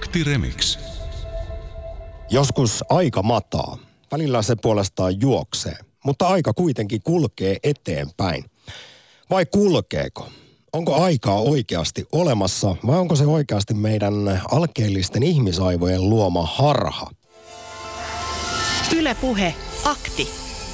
Akti Remix. Joskus aika mataa. Välillä se puolestaan juoksee, mutta aika kuitenkin kulkee eteenpäin. Vai kulkeeko? Onko aikaa oikeasti olemassa vai onko se oikeasti meidän alkeellisten ihmisaivojen luoma harha? Yle Puhe, akti.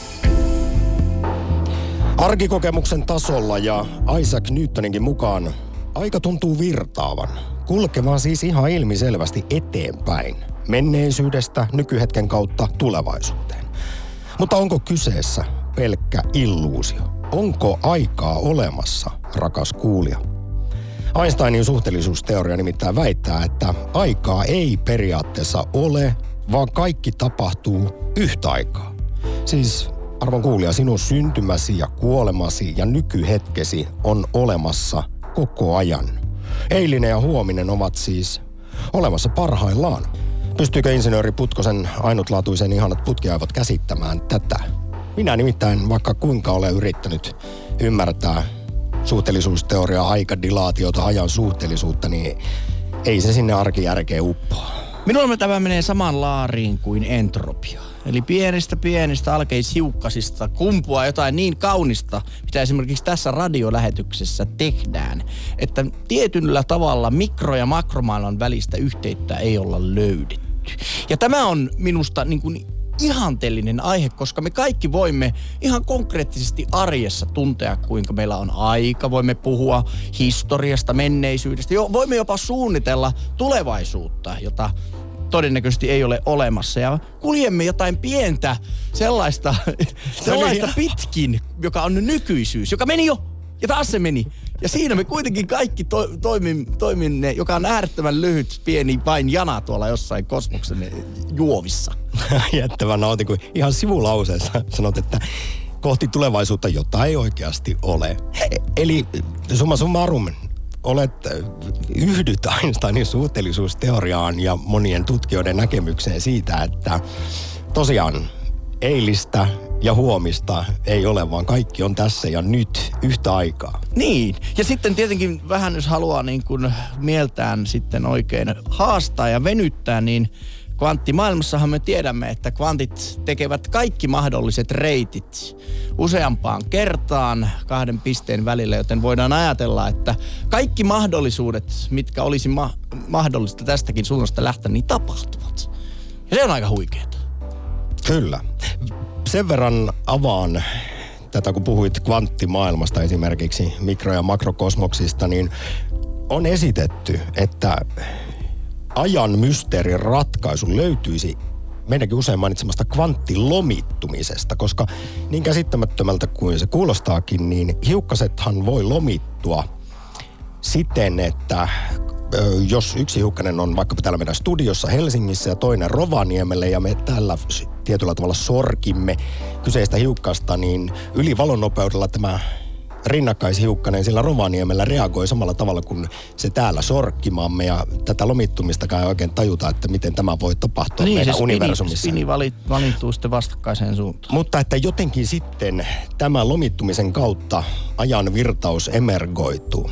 Arkikokemuksen tasolla ja Isaac Newtoninkin mukaan aika tuntuu virtaavan. Kulkemaan siis ihan ilmiselvästi eteenpäin. Menneisyydestä nykyhetken kautta tulevaisuuteen. Mutta onko kyseessä pelkkä illuusio? Onko aikaa olemassa, rakas kuulija? Einsteinin suhteellisuusteoria nimittäin väittää, että aikaa ei periaatteessa ole, vaan kaikki tapahtuu yhtä aikaa. Siis arvon kuulija, sinun syntymäsi ja kuolemasi ja nykyhetkesi on olemassa koko ajan. Eilinen ja huominen ovat siis olemassa parhaillaan. Pystyykö insinööri Putkosen ainutlaatuisen ihanat putkiaivot käsittämään tätä? Minä nimittäin, vaikka kuinka olen yrittänyt ymmärtää suhteellisuusteoriaa, aikadilaatiota, ajan suhteellisuutta, niin ei se sinne arkijärkeen uppoa. Minulla tämä menee samaan laariin kuin entropia. Eli pienistä alkeishiukkasista kumpuaa jotain niin kaunista, mitä esimerkiksi tässä radiolähetyksessä tehdään, että tietyllä tavalla mikro- ja makromaailman välistä yhteyttä ei olla löydetty. Ja tämä on minusta niin kuin ihanteellinen aihe, koska me kaikki voimme ihan konkreettisesti arjessa tuntea, kuinka meillä on aika. Voimme puhua historiasta, menneisyydestä. Voimme jopa suunnitella tulevaisuutta, jota todennäköisesti ei ole olemassa. Ja kuljemme jotain pientä sellaista pitkin, joka on nykyisyys, joka meni jo. Ja taas se meni. Ja siinä me kuitenkin kaikki toimimme, joka on äärettömän lyhyt, pieni vain jana tuolla jossain kosmoksen juovissa. Jättävän nautin, kun ihan sivulauseessa sanot, että kohti tulevaisuutta, jota ei oikeasti ole. Eli summa summarum, yhdyt Einsteinin suhteellisuusteoriaan ja monien tutkijoiden näkemykseen siitä, että tosiaan eilistä ja huomista ei ole, vaan kaikki on tässä ja nyt yhtä aikaa. Niin. Ja sitten tietenkin vähän, jos haluaa niin kuin mieltään sitten oikein haastaa ja venyttää, niin kvanttimaailmassahan me tiedämme, että kvantit tekevät kaikki mahdolliset reitit useampaan kertaan 2 pisteen välillä, joten voidaan ajatella, että kaikki mahdollisuudet, mitkä olisi mahdollista tästäkin suunnasta lähteä, niin tapahtuvat. Ja se on aika huikeeta. Kyllä. Sen verran avaan tätä, kun puhuit kvanttimaailmasta esimerkiksi, mikro- ja makrokosmoksista, niin on esitetty, että ajan mysteerin ratkaisu löytyisi meidänkin usein mainitsemasta kvanttilomittumisesta, koska niin käsittämättömältä kuin se kuulostaakin, niin hiukkasethan voi lomittua siten, että jos yksi hiukkanen on vaikkapa täällä meidän studiossa Helsingissä ja toinen Rovaniemelle ja me tällä tietyllä tavalla sorkimme kyseistä hiukkasta, niin yli valonnopeudella tämä rinnakkaishiukkanen sillä Rovaniemellä reagoi samalla tavalla kuin se täällä sorkkimaamme ja tätä lomittumistakaan ei oikein tajuta, että miten tämä voi tapahtua niin, meidän se universumissa. Spini valittuu sitten vastakkaiseen suuntaan. Mutta että jotenkin sitten tämän lomittumisen kautta ajan virtaus emergoituu.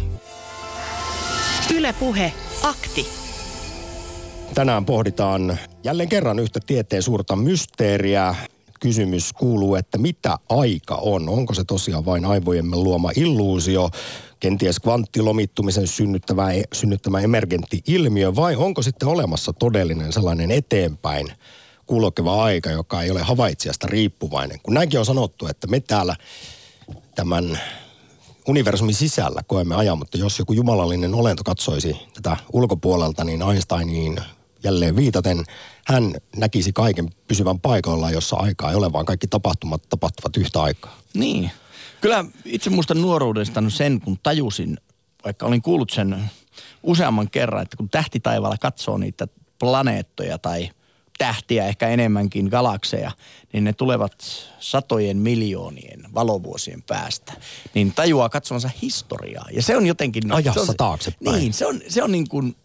Yle Puhe, akti. Tänään pohditaan jälleen kerran yhtä tieteen suurta mysteeriä. Kysymys kuuluu, että mitä aika on? Onko se tosiaan vain aivojemme luoma illuusio, kenties kvanttilomittumisen synnyttämä emergentti ilmiö, vai onko sitten olemassa todellinen sellainen eteenpäin kulkeva aika, joka ei ole havaitsijasta riippuvainen? Kun näinkin on sanottu, että me täällä tämän universumin sisällä koemme ajan, mutta jos joku jumalallinen olento katsoisi tätä ulkopuolelta, niin Einsteiniin jälleen viitaten, hän näkisi kaiken pysyvän paikoillaan, jossa aikaa ei ole, vaan kaikki tapahtumat tapahtuvat yhtä aikaa. Niin. Kyllä itse muistan nuoruudestani sen, kun tajusin, vaikka olin kuullut sen useamman kerran, että kun tähtitaivaalla katsoo niitä planeettoja tai tähtiä, ehkä enemmänkin galakseja, niin ne tulevat satojen miljoonien valovuosien päästä, niin tajuaa katsovansa historiaa. Ja se on jotenkin... Ajassa taaksepäin. Niin, se on niin kuin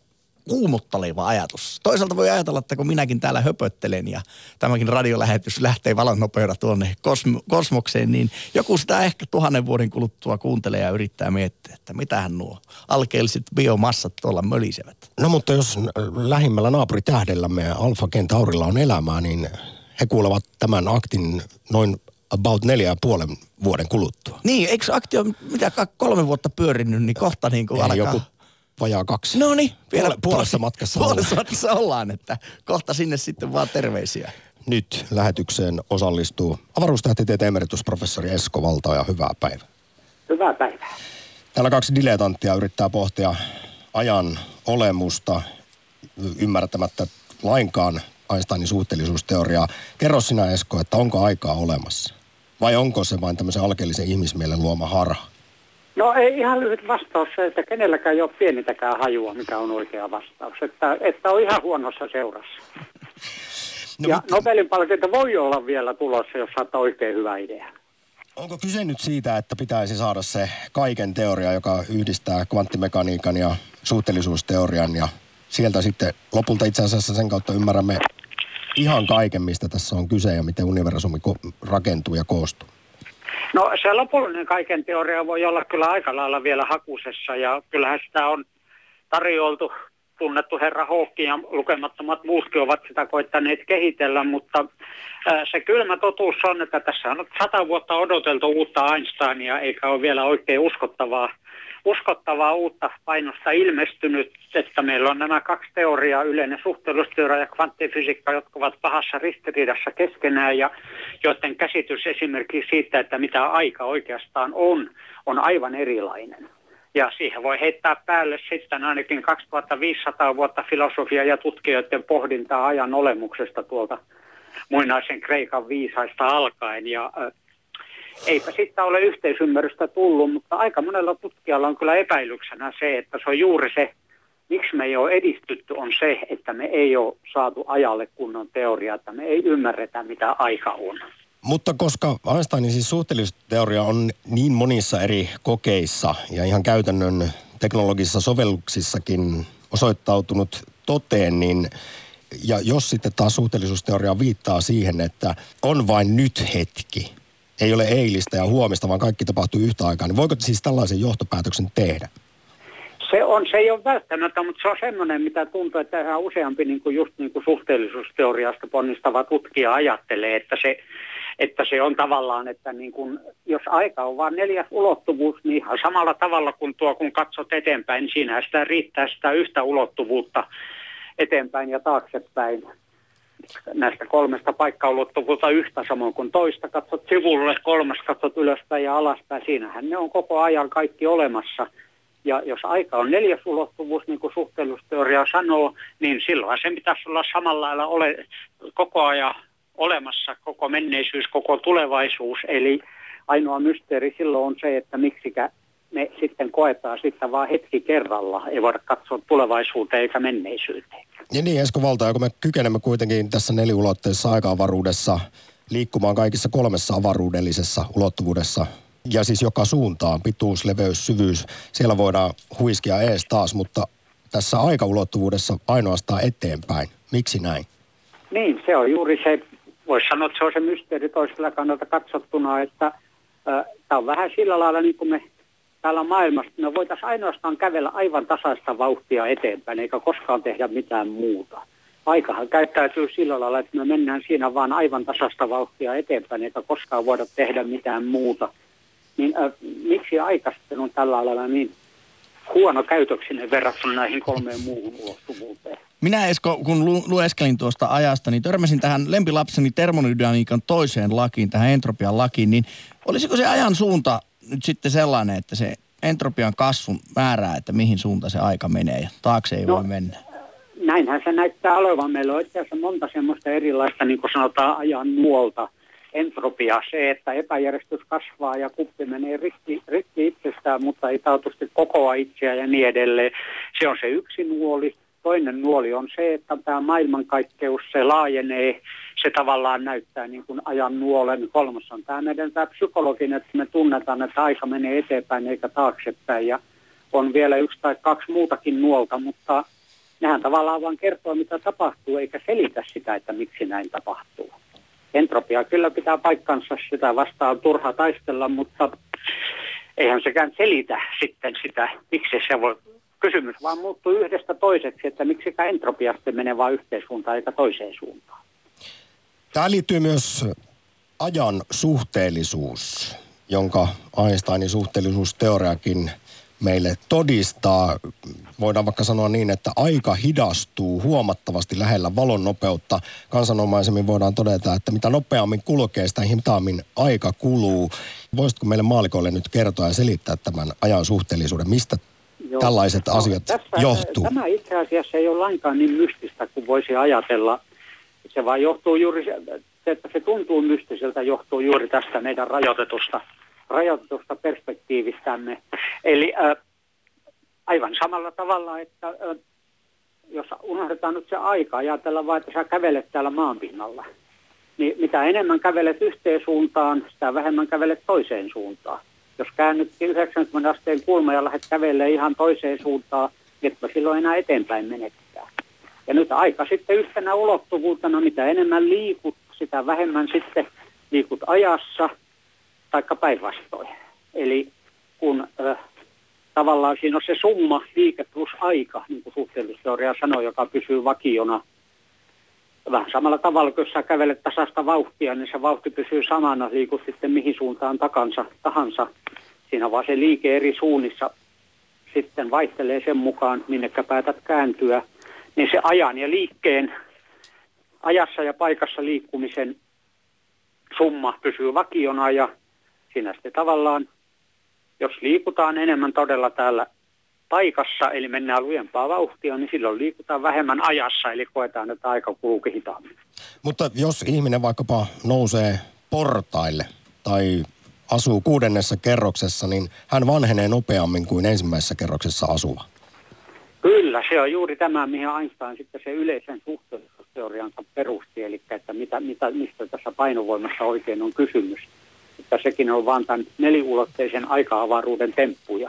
kuumotteleva ajatus. Toisaalta voi ajatella, että kun minäkin täällä höpöttelen ja tämäkin radiolähetys lähtee valon nopeudella tuonne kosmokseen, niin joku sitä ehkä 1000 vuoden kuluttua kuuntelee ja yrittää miettiä, että mitähän nuo alkeelliset biomassat tuolla mölisevät. No mutta jos lähimmällä naapuritähdellämme Alfa Centaurilla on elämää, niin he kuulevat tämän aktin noin about 4,5 vuoden kuluttua. Niin, eikö akti ole mitä 3 vuotta pyörinyt, niin kohta niin kuin alkaa... Joku vajaa 2. No niin, vielä puolessa matkassa ollaan, että kohta sinne sitten vaan terveisiä. Nyt lähetykseen osallistuu avaruustähtitieteen emeritusprofessori Esko Valtaoja. Hyvää päivää. Hyvää päivää. Täällä 2 diletanttia yrittää pohtia ajan olemusta ymmärtämättä lainkaan Einsteinin suhteellisuusteoriaa. Kerro sinä, Esko, että onko aikaa olemassa? Vai onko se vain tämmöisen alkeellisen ihmismielen luoma harha? No ei ihan lyhyt vastaus se, että kenelläkään ei ole pienintäkään hajua, mikä on oikea vastaus. Että on ihan huonossa seurassa. No, ja Nobelin palkinto voi olla vielä tulossa, jos saattaa oikein hyvä idea. Onko kyse nyt siitä, että pitäisi saada se kaiken teoria, joka yhdistää kvanttimekaniikan ja suhteellisuusteorian ja sieltä sitten lopulta itse asiassa sen kautta ymmärrämme ihan kaiken, mistä tässä on kyse ja miten universumi rakentuu ja koostuu? No se lopullinen kaiken teoria voi olla kyllä aika lailla vielä hakusessa ja kyllähän sitä on tarjoltu. Tunnettu herra Hawking ja lukemattomat muutkin ovat sitä koittaneet kehitellä, mutta se kylmä totuus on, että tässä on 100 vuotta odoteltu uutta Einsteinia, eikä ole vielä oikein uskottavaa uutta painosta ilmestynyt, että meillä on nämä 2 teoriaa, yleinen suhteellisuusteoria ja kvanttifysiikka, jotka ovat pahassa ristiriidassa keskenään ja joiden käsitys esimerkiksi siitä, että mitä aika oikeastaan on aivan erilainen. Ja siihen voi heittää päälle sitten ainakin 2500 vuotta filosofia ja tutkijoiden pohdintaa ajan olemuksesta tuolta muinaisen Kreikan viisaista alkaen. Ja eipä sitten ole yhteisymmärrystä tullut, mutta aika monella tutkijalla on kyllä epäilyksenä se, että se on juuri se, miksi me ei ole edistytty, on se, että me ei ole saatu ajalle kunnon teoriaa, että me ei ymmärretä, mitä aika on. Mutta koska Einsteinin siis suhteellisuusteoria on niin monissa eri kokeissa ja ihan käytännön teknologisissa sovelluksissakin osoittautunut toteen, niin ja jos sitten taas suhteellisuusteoria viittaa siihen, että on vain nyt hetki, ei ole eilistä ja huomista, vaan kaikki tapahtuu yhtä aikaa, niin voiko siis tällaisen johtopäätöksen tehdä? Se ei ole välttämättä, mutta se on semmoinen, mitä tuntuu, että ihan useampi just suhteellisuusteoriasta ponnistava tutkija ajattelee, että se on tavallaan, että niin kuin, jos aika on vain 4. ulottuvuus, niin ihan samalla tavalla kuin kun katsot eteenpäin, niin siinä sitä riittää sitä yhtä ulottuvuutta eteenpäin ja taaksepäin. Näistä 3 paikkaulottuvuutta yhtä samoin kuin toista katsot sivulle, 3 katsot ylöspäin ja alaspäin. Siinähän ne on koko ajan kaikki olemassa. Ja jos aika on 4. ulottuvuus, niin kuin suhteellisuusteoria sanoo, niin silloin se pitäisi olla samalla lailla koko ajan olemassa, koko menneisyys, koko tulevaisuus. Eli ainoa mysteeri silloin on se, että miksikä me sitten koetaan sitten vaan hetki kerralla. Ei voida katsoa tulevaisuuteen eikä menneisyyteen. Ja niin, Esko Valtaoja, kun me kykenemme kuitenkin tässä 4-ulotteisessa aika-avaruudessa liikkumaan kaikissa 3 avaruudellisessa ulottuvuudessa, ja siis joka suuntaan, pituus, leveys, syvyys, siellä voidaan huiskia ees taas, mutta tässä aikaulottuvuudessa ainoastaan eteenpäin. Miksi näin? Niin, se on juuri se, voisi sanoa, että se on se mysteeri toisella kannalta katsottuna, että tämä on vähän sillä lailla niin kuin me täällä maailmassa, me voitaisiin ainoastaan kävellä aivan tasaista vauhtia eteenpäin, eikä koskaan tehdä mitään muuta. Aikahan käyttäytyy sillä lailla, että me mennään siinä vaan aivan tasaista vauhtia eteenpäin, eikä koskaan voida tehdä mitään muuta. Niin miksi aika sitten on tällä lailla niin huono käytöksinen verrattuna näihin 3 muuhun ulottuvuuteen? Minä, Esko, kun lueskelin tuosta ajasta, niin törmäsin tähän lempilapseni termodynamiikan toiseen lakiin, tähän entropian lakiin, niin olisiko se ajan suunta nyt sitten sellainen, että se entropian kasvun määrää, että mihin suuntaan se aika menee ja taakse ei voi mennä? Näinhän se näyttää olevan. Meillä on itse asiassa monta semmoista erilaista, niin kuin sanotaan, ajan nuolta. Entropia, se, että epäjärjestys kasvaa ja kuppi menee rikki itsestään, mutta ei taatusti kokoa itseään ja niin edelleen. Se on se yksi nuoli. Toinen nuoli on se, että tämä maailmankaikkeus, se laajenee, se tavallaan näyttää niin kuin ajan nuolen. 3 on tämä meidän tämä psykologinen, että me tunnetaan, että aika menee eteenpäin eikä taaksepäin. Ja on vielä 1 tai 2 muutakin nuolta, mutta nehän tavallaan vaan kertoo, mitä tapahtuu, eikä selitä sitä, että miksi näin tapahtuu. Entropia kyllä pitää paikkansa, sitä vastaan turha taistella, mutta eihän sekään selitä sitten sitä, miksi se voi. Kysymys vaan muuttuu yhdestä toiseksi, että miksikä entropia sitten menee vaan yhteen suuntaan eikä toiseen suuntaan. Tämä liittyy myös ajan suhteellisuus, jonka Einsteinin suhteellisuusteoriakin meille todistaa. Voidaan vaikka sanoa niin, että aika hidastuu huomattavasti lähellä valon nopeutta. Kansanomaisemmin voidaan todeta, että mitä nopeammin kulkee, sitä hitaammin aika kuluu. Voisitko meille maalikoille nyt kertoa ja selittää tämän ajan suhteellisuuden? Mistä tällaiset asiat johtuu? Tämä itse asiassa ei ole lainkaan niin mystistä kuin voisi ajatella. Se vaan johtuu juuri, että se tuntuu mystiseltä, johtuu juuri tästä meidän rajoitetusta perspektiivistämme. Eli aivan samalla tavalla, että jos unohdetaan nyt se aika, ajatellaan vaan, että sä kävelet täällä maanpinnalla, niin mitä enemmän kävelet yhteen suuntaan, sitä vähemmän kävelet toiseen suuntaan. Jos käännytkin 90 asteen kulma ja lähdet kävelemään ihan toiseen suuntaan, niin et silloin enää eteenpäin menettää. Ja nyt aika sitten yhtenä ulottuvuutena, mitä enemmän liikut, sitä vähemmän sitten liikut ajassa, taikka päinvastoin. Eli kun tavallaan siinä on se summa, liike plus aika, niin kuin suhteellisuusteoria sanoo, joka pysyy vakiona. Vähän samalla tavalla, kun sä kävelet tasaista vauhtia, niin se vauhti pysyy samana, liikut sitten mihin suuntaan tahansa. Siinä vaan se liike eri suunnissa sitten vaihtelee sen mukaan, minnekä päätät kääntyä. Niin se ajan ja liikkeen, ajassa ja paikassa liikkumisen summa pysyy vakiona ja siinä sitten tavallaan, jos liikutaan enemmän todella täällä paikassa, eli mennään lujempaa vauhtia, niin silloin liikutaan vähemmän ajassa, eli koetaan, että aika kuluukin hitaammin. Mutta jos ihminen vaikkapa nousee portaille tai asuu 6. kerroksessa, niin hän vanhenee nopeammin kuin ensimmäisessä kerroksessa asuva. Kyllä, se on juuri tämä, mihin Einstein sitten se yleisen suhteellisuusteoriansa perusti, eli että mistä tässä painovoimassa oikein on kysymys. Että sekin on vaan tämän neliulotteisen aika-avaruuden temppuja.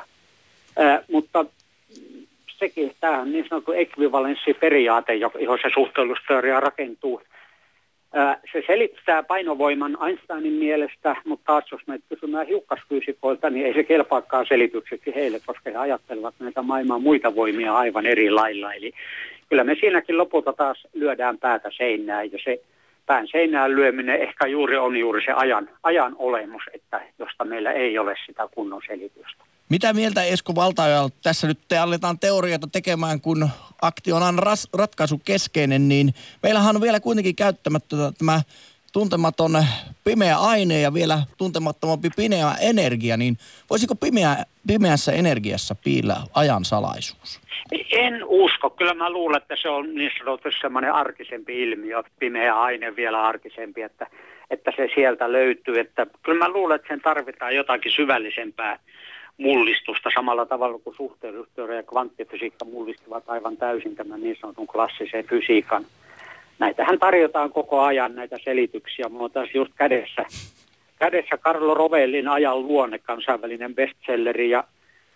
Mutta sekin, tämä on niin sanottu ekvivalenssiperiaate, johon se suhteellisuusteoria rakentuu. Se selittää painovoiman Einsteinin mielestä, mutta taas jos me kysymään hiukkasfyysikoilta, niin ei se kelpaakaan selitykseksi heille, koska he ajattelevat näitä maailman muita voimia aivan eri lailla. Eli kyllä me siinäkin lopulta taas lyödään päätä seinään, ja se pään seinään lyöminen ehkä on juuri se ajan olemus, että josta meillä ei ole sitä kunnon selitystä. Mitä mieltä Esko Valtaojalla tässä nyt te aletaan teorioita tekemään, kun akti on aina ratkaisukeskeinen, niin meillähän on vielä kuitenkin käyttämättä tämä tuntematon pimeä aine ja vielä tuntemattomampi pimeä energia, niin voisiko pimeässä energiassa piillä ajan salaisuus? En usko. Kyllä mä luulen, että se on niin sanotusti semmoinen arkisempi ilmiö, pimeä aine vielä arkisempi, että se sieltä löytyy. Että kyllä mä luulen, että sen tarvitaan jotakin syvällisempää mullistusta samalla tavalla kuin suhteellisuusteoria ja kvanttifysiikka mullistivat aivan täysin tämän niin sanotun klassisen fysiikan. Näitähän tarjotaan koko ajan näitä selityksiä. Mulla on tässä just kädessä Carlo Rovellin Ajan luonne, kansainvälinen bestselleri ja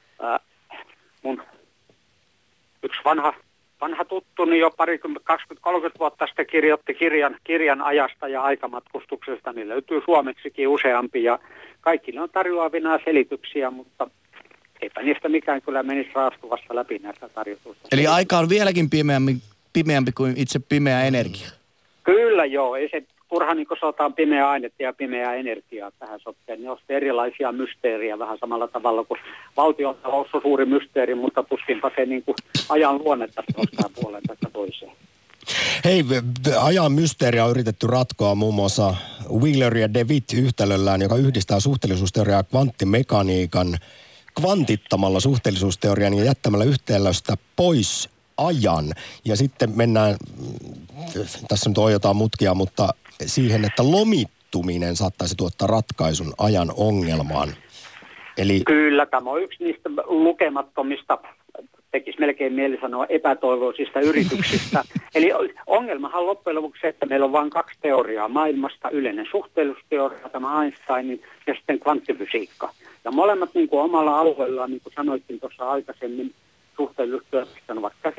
mun yksi vanha tuttuni jo 20-30 vuotta sitten kirjoitti kirjan ajasta ja aikamatkustuksesta. Niin löytyy suomeksikin useampi ja kaikki ne on tarjoavina selityksiä, mutta eipä niistä mikään kyllä menisi raastuvassa läpi näistä tarjotuista. Eli aika on vieläkin pimeämpi kuin itse pimeä energia? Kyllä joo, ei se turha niin kuin sanotaan pimeä ainetta ja pimeää energiaa tähän sotkeen. Ne on erilaisia mysteeriä vähän samalla tavalla kuin valtiontalous on suuri mysteeri, mutta tuskinpa se niin kuin ajan luonnetta nostaa puolen tästä toiseen. Hei, ajan mysteeriä on yritetty ratkoa muun muassa Wheeler ja DeWitt yhtälöllään, joka yhdistää suhteellisuusteoriaa ja kvanttimekaniikan kvantittamalla suhteellisuusteorian ja jättämällä yhtälöstä pois ajan. Ja sitten mennään, tässä nyt on jotain mutkia, mutta siihen, että lomittuminen saattaisi tuottaa ratkaisun ajan ongelmaan. Eli kyllä, tämä on yksi niistä lukemattomista, tekisi melkein mieli sanoa epätoivoisista yrityksistä. Eli ongelmahan loppujen lopuksi se, että meillä on vain 2 teoriaa maailmasta, yleinen suhteellisuusteoria, tämä Einsteinin ja sitten kvanttifysiikka. Ja molemmat niin kuin omalla alueellaan, niin kuin sanoitkin tuossa aikaisemmin, suhteellisuusteoriasta ovat käsittämättömän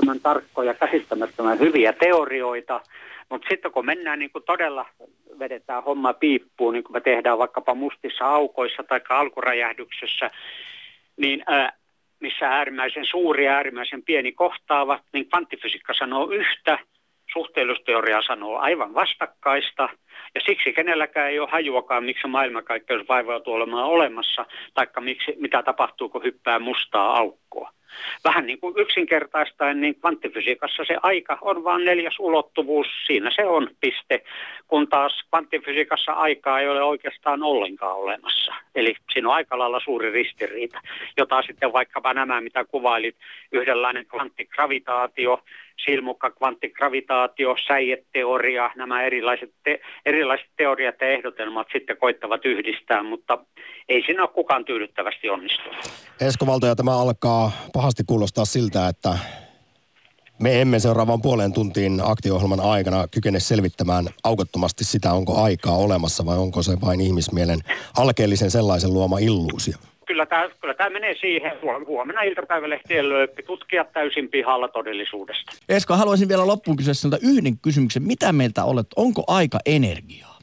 käsittämättömän tarkkoja, käsittämättömän hyviä teorioita, mutta sitten kun mennään niin kuin todella vedetään homma piippuun, niin kuin me tehdään vaikkapa mustissa aukoissa tai alkuräjähdyksessä, niin missä äärimmäisen suuri ja äärimmäisen pieni kohtaavat, niin kvanttifysiikka sanoo yhtä, suhteellisuusteoria sanoo aivan vastakkaista, ja siksi kenelläkään ei ole hajuakaan, miksi maailmankaikkeus vaivautuu olemaan olemassa, taikka mitä tapahtuu, kun hyppää mustaa aukkoa. Vähän niin kuin yksinkertaistaen, niin kvanttifysiikassa se aika on vain 4. ulottuvuus, siinä se on piste, kun taas kvanttifysiikassa aikaa ei ole oikeastaan ollenkaan olemassa. Eli siinä on aika lailla suuri ristiriita, jota sitten vaikkapa nämä, mitä kuvailit, yhdenlainen kvanttigravitaatio, silmukka kvanttigravitaatio, säieteoria, nämä erilaiset teoriat ja ehdotelmat sitten koittavat yhdistää, mutta ei siinä ole kukaan tyydyttävästi onnistunut. Esko Valtoja, tämä alkaa pahasti kuulostaa siltä, että me emme seuraavan puoleen tuntiin aktio-ohjelman aikana kykene selvittämään aukottomasti sitä, onko aikaa olemassa vai onko se vain ihmismielen alkeellisen sellaisen luoma illuusio. Kyllä tämä menee siihen. Huomenna iltapäivälehtien lööppi tutkia täysin pihalla todellisuudesta. Esko, haluaisin vielä loppuun kysyä sinulta yhden kysymyksen. Mitä mieltä olet? Onko aika energiaa?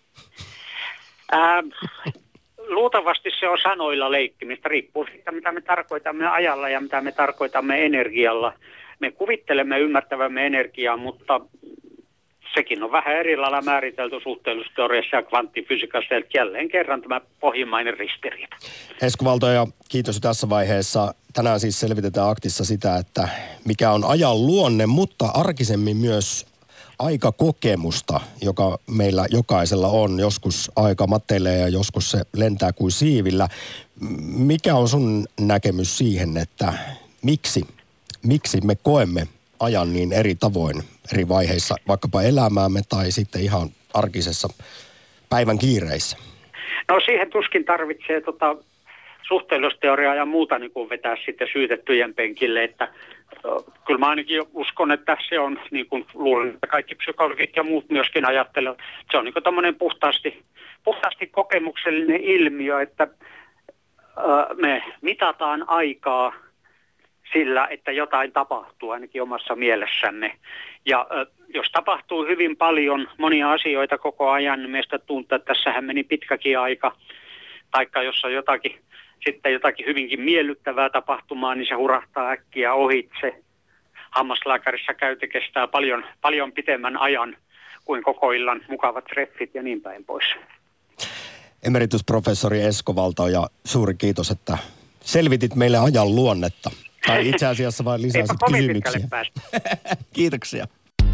Luultavasti se on sanoilla leikkimistä. Riippuu siitä, mitä me tarkoitamme ajalla ja mitä me tarkoitamme energialla. Me kuvittelemme ymmärtävämme energiaa, mutta sekin on vähän eri lailla määritelty suhteellisuusteoriassa ja kvanttifysiikassa. Eli jälleen kerran tämä pohjimmainen ristiriita. Esko Valtoja, kiitos tässä vaiheessa. Tänään siis selvitetään aktissa sitä, että mikä on ajan luonne, mutta arkisemmin myös aikakokemusta, joka meillä jokaisella on. Joskus aika matelee ja joskus se lentää kuin siivillä. Mikä on sun näkemys siihen, että miksi me koemme ajan niin eri tavoin eri vaiheissa, vaikkapa elämäämme tai sitten ihan arkisessa päivän kiireissä? No siihen tuskin tarvitsee suhteellisuusteoriaa ja muuta niin kuin vetää sitten syytettyjen penkille, että kyllä mä ainakin uskon, että se on niin kuin luulen, että kaikki psykologit ja muut myöskin ajattelevat, se on niin kuin tämmöinen puhtaasti kokemuksellinen ilmiö, että me mitataan aikaa sillä, että jotain tapahtuu ainakin omassa mielessämme. Ja jos tapahtuu hyvin paljon monia asioita koko ajan, niin meistä tuntuu, että tässähän meni pitkäkin aika. Taikka jos on jotakin hyvinkin miellyttävää tapahtumaa, niin se hurahtaa äkkiä ohitse. Hammaslääkärissä käynti kestää paljon pitemmän ajan kuin koko illan mukavat treffit ja niin päin pois. Emeritusprofessori Esko Valtoja, suuri kiitos, että selvitit meille ajan luonnetta. Tai itse asiassa vain lisäsit kysymyksiä. Kiitoksia.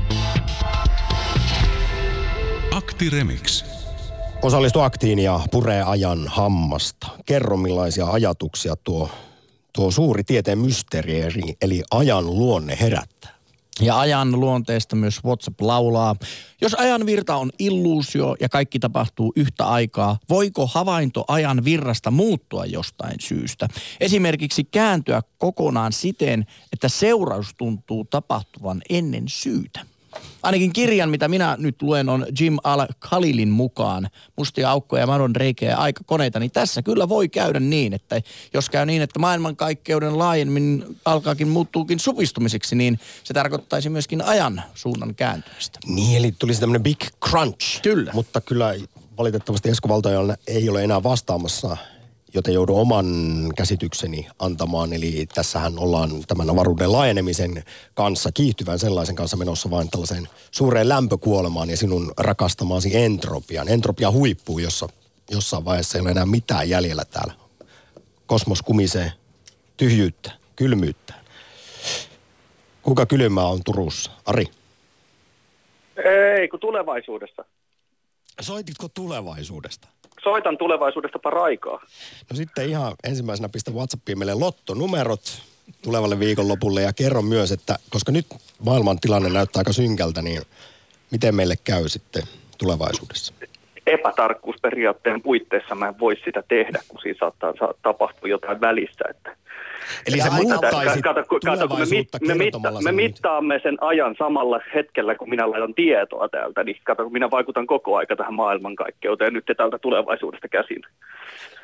Akti Remix. Osallistu aktiin ja puree ajan hammasta. Kerro millaisia ajatuksia tuo suuri tieteen mysteeri, eli ajan luonne herättää. Ja ajan luonteesta myös WhatsApp laulaa. Jos ajan virta on illuusio ja kaikki tapahtuu yhtä aikaa, voiko havainto ajan virrasta muuttua jostain syystä? Esimerkiksi kääntyä kokonaan siten, että seuraus tuntuu tapahtuvan ennen syytä. Ainakin kirjan, mitä minä nyt luen, on Jim Al-Khalilin mukaan Mustia aukkoja, madon reikiä ja aikakoneita, niin tässä kyllä voi käydä niin, että jos käy niin, että maailmankaikkeuden laajemmin alkaakin muuttuukin supistumiseksi, niin se tarkoittaisi myöskin ajan suunnan kääntymistä. Niin, eli tulisi tämmöinen big crunch. Kyllä. Mutta kyllä valitettavasti Esko Valtoja ei ole enää vastaamassa, joten joudun oman käsitykseni antamaan. Eli tässähän ollaan tämän avaruuden laajenemisen kanssa, kiihtyvän sellaisen kanssa menossa vain tällaiseen suureen lämpökuolemaan ja sinun rakastamaasi entropian. Entropia huippuu, jossa jossain vaiheessa ei ole enää mitään jäljellä täällä. Kosmos kumisee tyhjyyttä, kylmyyttä. Kuinka kylmää on Turussa? Ari? Ei, kun tulevaisuudesta. Soititko tulevaisuudesta? Soitan tulevaisuudesta paraikaa. No sitten ihan ensimmäisenä pistä WhatsAppiin meille lottonumerot tulevalle viikonlopulle ja kerro myös, että koska nyt maailman tilanne näyttää aika synkältä, niin miten meille käy sitten tulevaisuudessa? Epätarkkuusperiaatteen puitteissa mä en voi sitä tehdä, kun siinä saattaa tapahtua jotain välistä. Että eli sä muuttaisit tulevaisuutta kertomalla me mittaamme sen ajan samalla hetkellä, kun minä laitan tietoa täältä, niin kato, kun minä vaikutan koko aika tähän maailmankaikkeuteen nyt täältä tulevaisuudesta käsin.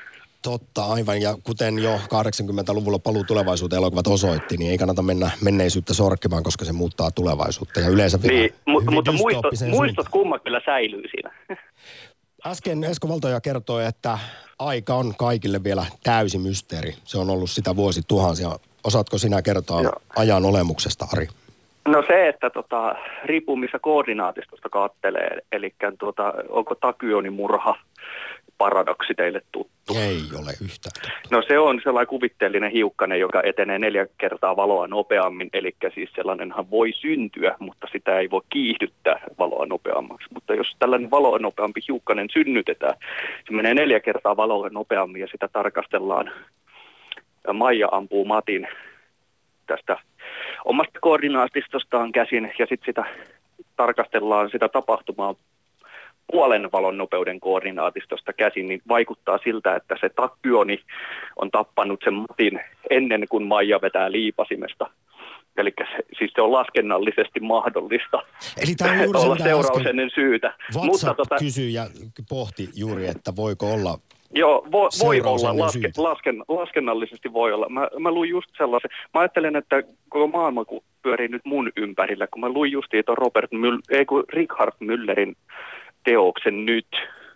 Totta, aivan. Ja kuten jo 80-luvulla Paluu tulevaisuuteen elokuvat osoitti, niin ei kannata mennä menneisyyttä sorkkimaan, koska se muuttaa tulevaisuutta. Ja yleensä niin, mutta muistot suuntaan. kumma kyllä säilyy siinä. Äsken Esko Valtoja kertoi, että aika on kaikille vielä täysi mysteeri. Se on ollut sitä vuosituhansia. Osaatko sinä kertoa ajan olemuksesta, Ari? No se, että riippuu missä koordinaatistosta kattelee, eli onko takyonin murha paradoksi teille tuttu? Ei ole yhtään. No se on sellainen kuvitteellinen hiukkanen, joka etenee 4 kertaa valoa nopeammin, eli siis sellainenhan voi syntyä, mutta sitä ei voi kiihdyttää valoa nopeammaksi. Mutta jos tällainen valoa nopeampi hiukkanen synnytetään, se menee 4 kertaa valoa nopeammin ja sitä tarkastellaan. Maija ampuu Matin tästä omasta koordinaatistostaan käsin ja sitten sitä tarkastellaan sitä tapahtumaa puolen valon nopeuden koordinaatistosta käsin, niin vaikuttaa siltä, että se takyoni on tappanut sen Matin ennen kuin Maija vetää liipasimesta. Eli siis se on laskennallisesti mahdollista. Eli tämä on juuri olla seuraus ennen syytä. WhatsApp kysyi ja pohti juuri, että voiko olla. Joo, voi olla, laskennallisesti voi olla. Mä luin just sellaisen, mä ajattelen, että koko maailma pyörii nyt mun ympärillä, kun mä luin justiin tuon Richard Müllerin teoksen Nyt.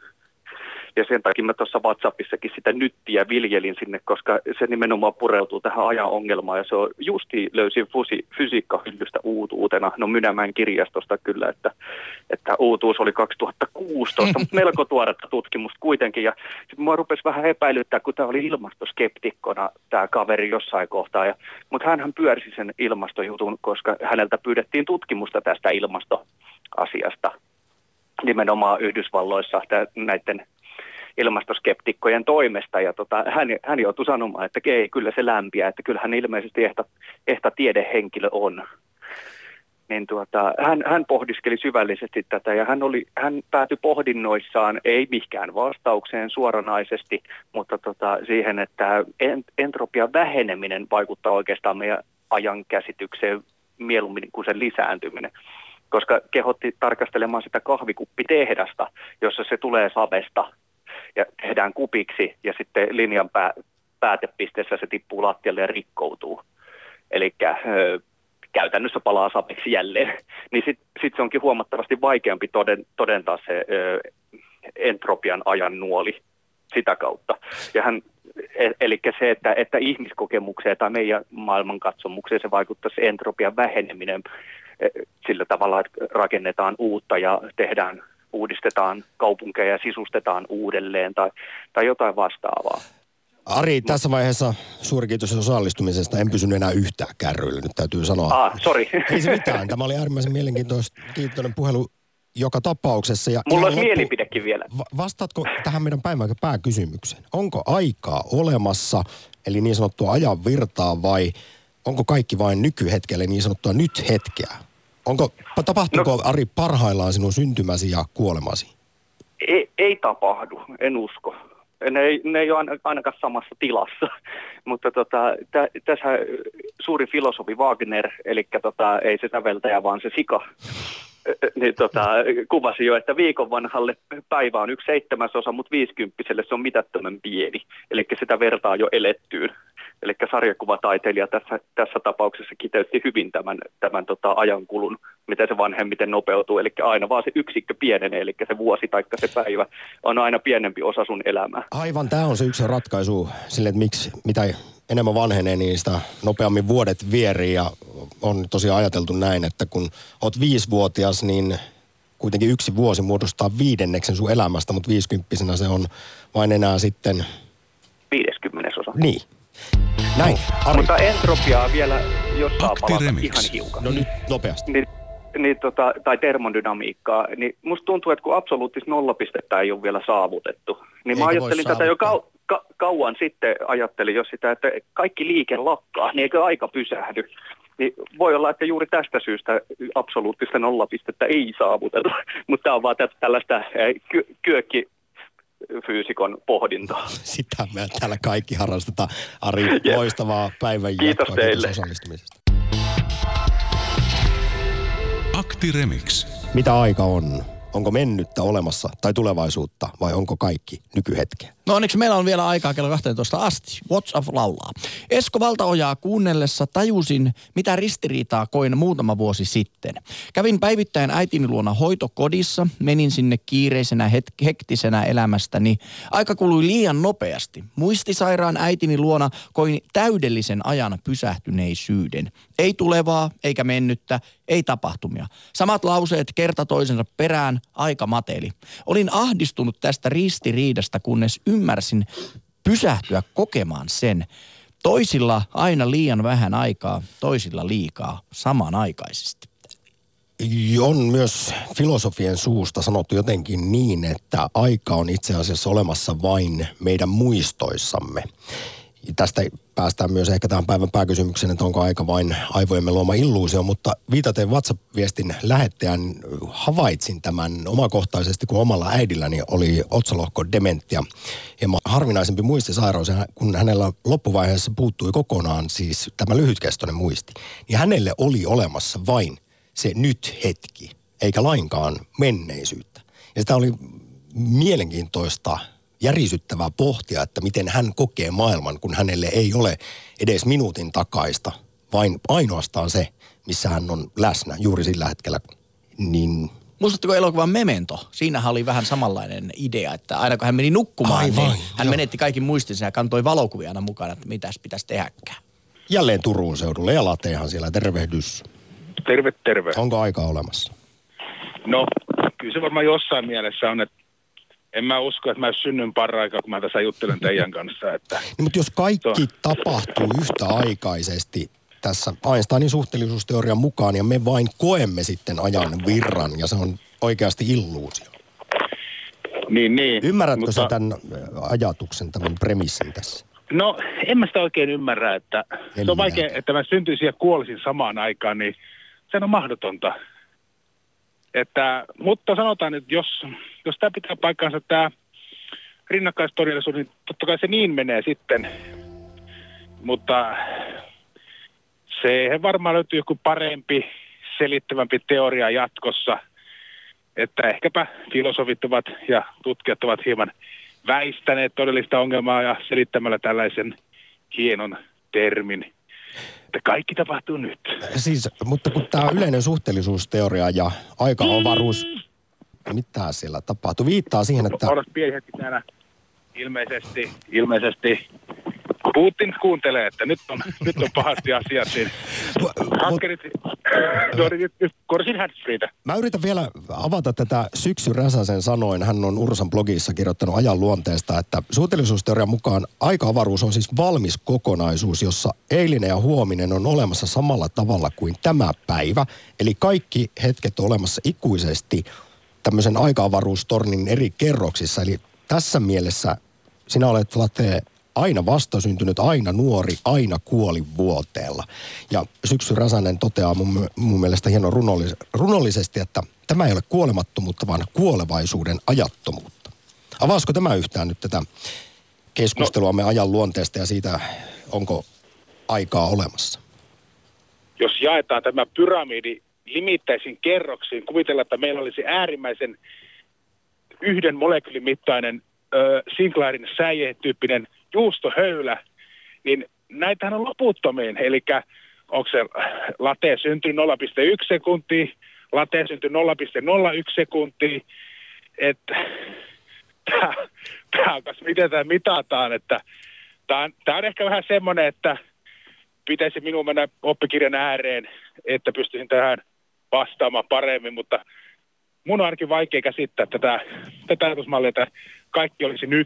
Ja sen takia mä tuossa WhatsAppissakin sitä nyttiä viljelin sinne, koska se nimenomaan pureutuu tähän ajan ongelmaan. Ja se on justiin löysin fysiikkahyllystä uutuutena. No Mynämäen kirjastosta kyllä, että uutuus oli 2016, mutta melko tuoretta tutkimusta kuitenkin. Ja sitten mua rupesi vähän epäilyttää, kun tämä oli ilmastoskeptikkona tämä kaveri jossain kohtaa. Mutta hänhän pyörsi sen ilmastojutun, koska häneltä pyydettiin tutkimusta tästä ilmastoasiasta. Nimenomaan Yhdysvalloissa näiden ilmastoskeptikkojen toimesta, ja hän joutui sanomaan, että ei, kyllä se lämpiää, että kyllähän ilmeisesti ehta tiedehenkilö on. Niin hän pohdiskeli syvällisesti tätä, ja hän päätyi pohdinnoissaan, ei mihinkään vastaukseen suoranaisesti, mutta siihen, että entropian väheneminen vaikuttaa oikeastaan meidän ajan käsitykseen mieluummin kuin sen lisääntyminen. Koska kehotti tarkastelemaan sitä kahvikuppitehdasta, jossa se tulee savesta ja tehdään kupiksi ja sitten linjan päätepisteessä se tippuu lattialle ja rikkoutuu. Eli käytännössä palaa saveksi jälleen. Niin sit se onkin huomattavasti vaikeampi todentaa se entropian ajan nuoli sitä kautta. Ja eli se, että ihmiskokemukseen tai meidän maailmankatsomukseen se vaikuttaa se entropian väheneminen sillä tavalla, että rakennetaan uutta ja uudistetaan kaupunkeja ja sisustetaan uudelleen tai jotain vastaavaa. Ari, tässä vaiheessa suuri kiitos osallistumisesta. En pysynyt enää yhtään kärryillä, nyt täytyy sanoa. Sori. Ei se mitään. Tämä oli äärimmäisen mielenkiintoinen puhelu joka tapauksessa. Ja mulla olisi mielipidekin vielä. Vastaatko tähän meidän päivän pääkysymykseen? Onko aikaa olemassa, eli niin sanottua ajan virtaa, vai onko kaikki vain nykyhetkelle niin sanottua nyt hetkeä? Tapahtuuko, Ari, parhaillaan sinun syntymäsi ja kuolemasi? Ei tapahdu, en usko. Ne ei ole ainakaan samassa tilassa, mutta tässä suuri filosofi Wagner, eli ei se säveltäjä, vaan se sika, niin kuvasi jo, että viikon vanhalle päivä on 1/7, mutta 50-selle se on mitättömän pieni, eli sitä vertaa jo elettyyn. Eli sarjakuvataiteilija tässä tapauksessa kiteytti hyvin tämän ajankulun, miten se vanhemmiten nopeutuu. Eli aina vaan se yksikkö pienenee, eli se vuosi tai se päivä on aina pienempi osa sun elämää. Aivan, tämä on se yksi ratkaisu sille, että mitä enemmän vanhenee, niin sitä nopeammin vuodet vierii. Ja on tosiaan ajateltu näin, että kun oot 5-vuotias, niin kuitenkin 1 vuosi muodostaa 1/5 sun elämästä, mutta 50-vuotiaana se on vain enää sitten 50-osa. Niin. Näin, Ari. Mutta entropiaa vielä, jos saa palata ihan hiukan. No nyt nopeasti. Tai termodynamiikkaa, niin musta tuntuu, että kun absoluuttista nollapistettä ei ole vielä saavutettu, niin mä ajattelin tätä jo kauan sitten, ajattelin jo sitä, että kaikki liike lakkaa, niin eikö aika pysähdy. Niin voi olla, että juuri tästä syystä absoluuttista nollapistettä ei saavuteta, mutta tämä on vaan tällaista kyökkifyysikon pohdintaa. Sitä me täällä kaikki harrastetaan. Ari, loistavaa päivän jatkoa. Kiitos teille. Kiitos osallistumisesta. Akti Remix. Mitä aika on? Onko mennyttä olemassa tai tulevaisuutta vai onko kaikki nykyhetkeä? No onneksi meillä on vielä aikaa kello 12 asti. What's Up laulaa. Esko Valtaojaa kuunnellessa tajusin, mitä ristiriitaa koin muutama vuosi sitten. Kävin päivittäin äitini luona hoitokodissa, menin sinne kiireisenä hektisenä elämästäni. Aika kului liian nopeasti. Muistisairaan äitini luona koin täydellisen ajan pysähtyneisyyden. Ei tulevaa, eikä mennyttä, ei tapahtumia. Samat lauseet kerta toisensa perään, aika mateli. Olin ahdistunut tästä ristiriidasta, kunnes ymmärsin pysähtyä kokemaan sen. Toisilla aina liian vähän aikaa, toisilla liikaa samanaikaisesti. On myös filosofien suusta sanottu jotenkin niin, että aika on itse asiassa olemassa vain meidän muistoissamme. Tästä päästään myös ehkä tähän päivän pääkysymykseen, että onko aika vain aivojemme luoma illuusio, mutta viitaten WhatsApp-viestin lähettäjän havaitsin tämän omakohtaisesti, kun omalla äidilläni oli otsalohkodementia. Hieman harvinaisempi muistisairaus, kun hänellä loppuvaiheessa puuttui kokonaan siis tämä lyhytkestoinen muisti, niin hänelle oli olemassa vain se nyt hetki, eikä lainkaan menneisyyttä. Ja sitä oli mielenkiintoista järisyttävää pohtia, että miten hän kokee maailman, kun hänelle ei ole edes minuutin takaista, vain ainoastaan se, missä hän on läsnä juuri sillä hetkellä. Niin muistatteko elokuvan Memento? Siinähän oli vähän samanlainen idea, että aina kun hän meni nukkumaan, niin hän menetti kaikki muistinsa ja kantoi valokuvia aina mukana, että mitäs pitäisi tehdäkään. Jälleen Turun seudulle ja Latehan siellä, tervehdys. Terve. Onko aikaa olemassa? No, kyllä se varmaan jossain mielessä on, että en mä usko, että mä synnyn paraikaa, kun mä tässä juttelen teidän kanssa. Että niin, mutta jos kaikki tapahtuu yhtäaikaisesti tässä Einsteinin suhteellisuusteorian mukaan, ja me vain koemme sitten ajan virran, ja se on oikeasti illuusio. Niin. Ymmärrätkö sä tämän ajatuksen, tämän premissin tässä? No, en mä sitä oikein ymmärrä, että se on vaikea, että mä syntyisin ja kuolisin samaan aikaan, niin se on mahdotonta. Mutta sanotaan, että jos tämä pitää paikkaansa tämä rinnakkaistodellisuus, niin totta kai se niin menee sitten. Mutta se varmaan löytyy joku parempi, selittävämpi teoria jatkossa. Että ehkäpä filosofit ovat ja tutkijat ovat hieman väistäneet todellista ongelmaa ja selittämällä tällaisen hienon termin. Että kaikki tapahtuu nyt. Siis, mutta kun tämä yleinen suhteellisuusteoria ja aika-avaruus, mitä siellä tapahtuu, viittaa siihen, että Odotas pieni hetki täällä. Ilmeisesti Putin kuuntelee, että nyt on pahasti asiat siinä. Hakkerit, nyt korsin handsfreetä. Mä yritän vielä avata tätä Syksy Räsäsen sanoin. Hän on Ursan blogissa kirjoittanut ajan luonteesta, että suhteellisuusteorian mukaan aika-avaruus on siis valmis kokonaisuus, jossa eilinen ja huominen on olemassa samalla tavalla kuin tämä päivä. Eli kaikki hetket on olemassa ikuisesti tämmöisen aika-avaruustornin eri kerroksissa. Eli tässä mielessä sinä olet, Late, aina vastasyntynyt, aina nuori, aina kuolivuoteella. Ja Syksy Räsänen toteaa mun mielestä hienon runollisesti, että tämä ei ole kuolemattomuutta, vaan kuolevaisuuden ajattomuutta. Avaisiko tämä yhtään nyt tätä keskusteluamme ajan luonteesta ja siitä, onko aikaa olemassa? Jos jaetaan tämä pyramidi limittäisiin kerroksiin, kuvitellaan, että meillä olisi äärimmäisen yhden molekyylimittainen Sinclairin säie-tyyppinen juustohöylä, niin näitähän on loputtomiin. Eli onko se late syntynyt 0,1 sekuntia, late syntynyt 0,01 sekuntia, että tämä on miten tämä mitataan, että tämä on ehkä vähän semmoinen, että pitäisi minun mennä oppikirjan ääreen, että pystyisin tähän vastaamaan paremmin, mutta mun on ainakin vaikea käsittää tätä ajatusmallia, että kaikki olisi nyt.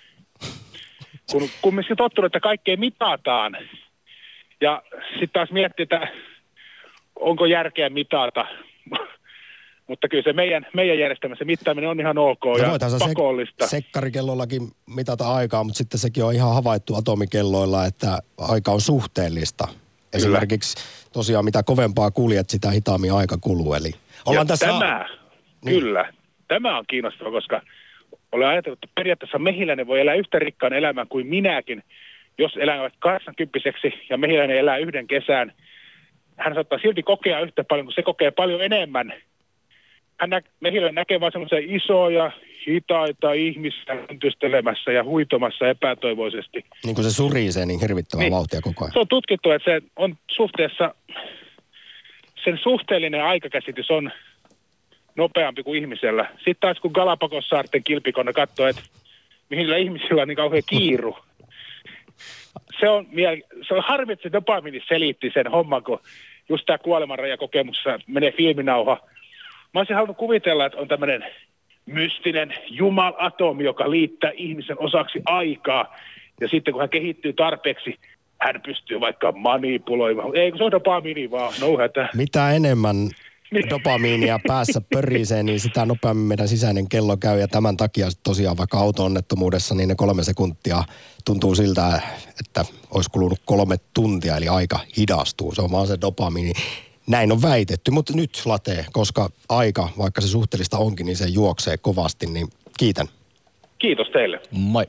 Kun me tottunut, että kaikkea mitataan. Ja sitten taas miettii, että onko järkeä mitata. Mutta kyllä se meidän järjestelmässä mittaaminen on ihan ok ja pakollista. Sekkarikellollakin mitata aikaa, mutta sitten sekin on ihan havaittu atomikelloilla, että aika on suhteellista. Kyllä. Esimerkiksi tosiaan mitä kovempaa kuljet, sitä hitaammin aika kuluu. Eli ollaan tässä Kyllä. Tämä on kiinnostava, koska olen ajatellut, että periaatteessa mehiläinen voi elää yhtä rikkaan elämän kuin minäkin. Jos elävät 80-vuotiaaksi ja mehiläinen elää yhden kesän, hän saattaa silti kokea yhtä paljon, kun se kokee paljon enemmän. Mehiläinen näkee vain semmoisia isoja, hitaita ihmisiä hyntystelemässä ja huitomassa epätoivoisesti. Niin kuin se surisee niin hirvittävää vauhtia koko ajan. Se on tutkittu, että se on suhteessa, sen suhteellinen aikakäsitys on nopeampi kuin ihmisellä. Sitten taas kun Galapagossaarten kilpikonna katsoo, että mihin ihmisillä on niin kauhean kiiru. Se on harmi, että se dopamiini selitti sen homman, kun just tämä kuolemanrajakokemuksessa menee filminauha. Mä olisin halunnut kuvitella, että on tämmöinen mystinen jumalatomi, joka liittää ihmisen osaksi aikaa. Ja sitten kun hän kehittyy tarpeeksi, hän pystyy vaikka manipuloimaan. Ei, kun se on dopamiini vaan, no hätä. Mitä enemmän dopamiinia päässä pörisee, niin sitä nopeammin meidän sisäinen kello käy. Ja tämän takia tosiaan vaikka auto-onnettomuudessa, niin ne 3 sekuntia tuntuu siltä, että olisi kulunut 3 tuntia, eli aika hidastuu. Se on vaan se dopamiini. Näin on väitetty, mutta nyt Late, koska aika, vaikka se suhteellista onkin, niin se juoksee kovasti, niin kiitän. Kiitos teille. Moi.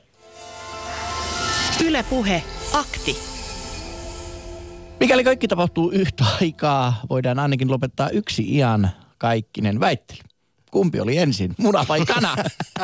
Yle Puhe, akti. Mikäli kaikki tapahtuu yhtä aikaa, voidaan ainakin lopettaa yksi iän kaikkinen väittely. Kumpi oli ensin, muna vai kana?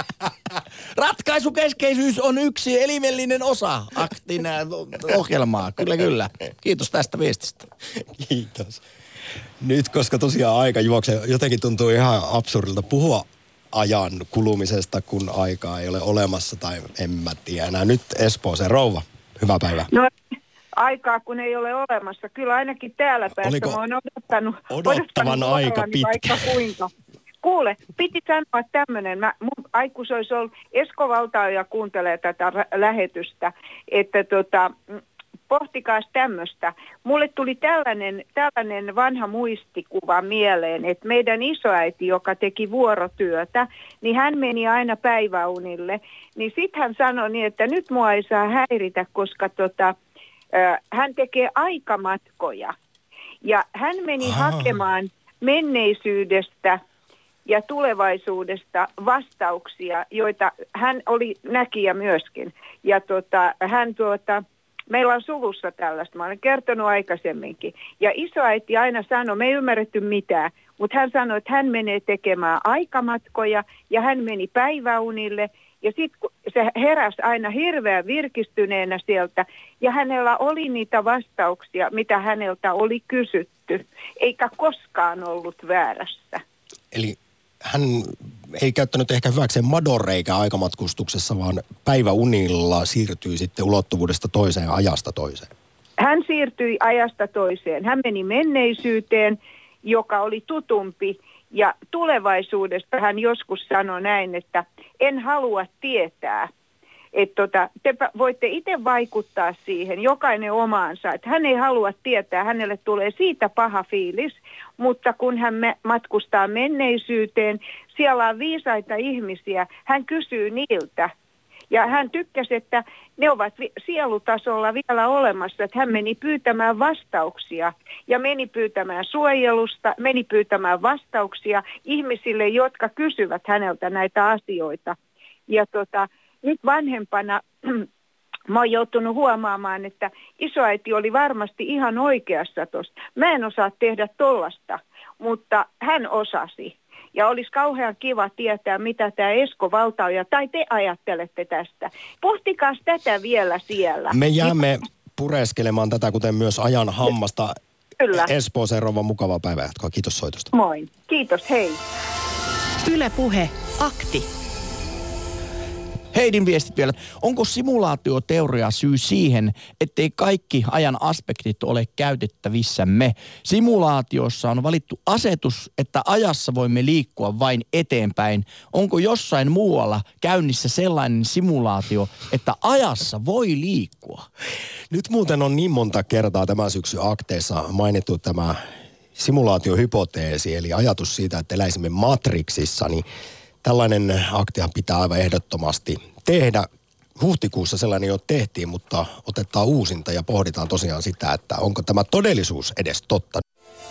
Ratkaisukeskeisyys on yksi elimellinen osa aktin ohjelmaa. Kyllä. Kiitos tästä viestistä. Kiitos. Nyt, koska tosiaan aika juoksee, jotenkin tuntuu ihan absurdilta puhua ajan kulumisesta, kun aikaa ei ole olemassa tai en mä tiedä. Nyt Espooseen rouva. Hyvää päivää. No, aikaa kun ei ole olemassa. Kyllä ainakin täällä päässä mä oon odottavan aika pitkä? Vaikka kuinka. Kuule, piti sanoa tämmöinen. Mun aikuis olisi ollut, Esko Valtaoja kuuntelee tätä lähetystä, että pohtikaas tämmöistä. Mulle tuli tällainen vanha muistikuva mieleen, että meidän isoäiti, joka teki vuorotyötä, niin hän meni aina päiväunille. Niin sitten hän sanoi niin, että nyt mua ei saa häiritä, koska hän tekee aikamatkoja. Ja hän meni hakemaan menneisyydestä ja tulevaisuudesta vastauksia, joita hän oli näkijä myöskin. Ja meillä on suvussa tällaista, mä olen kertonut aikaisemminkin. Ja isoäiti aina sanoi, me ei ymmärretty mitään, mutta hän sanoi, että hän menee tekemään aikamatkoja ja hän meni päiväunille. Ja sitten se heräsi aina hirveän virkistyneenä sieltä ja hänellä oli niitä vastauksia, mitä häneltä oli kysytty, eikä koskaan ollut väärässä. Eli hän ei käyttänyt ehkä hyväkseen madonreikä aikamatkustuksessa, vaan päiväunilla siirtyi sitten ulottuvuudesta toiseen ja ajasta toiseen. Hän siirtyi ajasta toiseen. Hän meni menneisyyteen, joka oli tutumpi. Ja tulevaisuudesta hän joskus sanoi näin, että en halua tietää. Että te voitte itse vaikuttaa siihen, jokainen omaansa. Että hän ei halua tietää, hänelle tulee siitä paha fiilis, mutta kun hän matkustaa menneisyyteen, siellä on viisaita ihmisiä, hän kysyy niiltä. Ja hän tykkäsi, että ne ovat sielutasolla vielä olemassa, että hän meni pyytämään vastauksia ja meni pyytämään suojelusta, meni pyytämään vastauksia ihmisille, jotka kysyvät häneltä näitä asioita. Ja nyt vanhempana mä oon joutunut huomaamaan, että isoäiti oli varmasti ihan oikeassa tuosta. Mä en osaa tehdä tollasta, mutta hän osasi. Ja olisi kauhean kiva tietää, mitä tämä Esko Valtaoja, tai te ajattelette tästä. Pohtikaas tätä vielä siellä. Me jäämme pureskelemaan tätä, kuten myös ajan hammasta. Kyllä. Espooseen rouva, mukavaa päivänjatkoa. Kiitos soitosta. Moi. Kiitos, hei. Yle Puhe, akti. Heidin viestit vielä. Onko simulaatioteoria syy siihen, ettei kaikki ajan aspektit ole käytettävissämme? Simulaatiossa on valittu asetus, että ajassa voimme liikkua vain eteenpäin. Onko jossain muualla käynnissä sellainen simulaatio, että ajassa voi liikkua? Nyt muuten on niin monta kertaa tämän syksyn akteissa mainittu tämä simulaatiohypoteesi, eli ajatus siitä, että eläisimme Matrixissa, niin tällainen aktihan pitää aivan ehdottomasti tehdä. Huhtikuussa sellainen jo tehtiin, mutta otetaan uusinta ja pohditaan tosiaan sitä, että onko tämä todellisuus edes totta.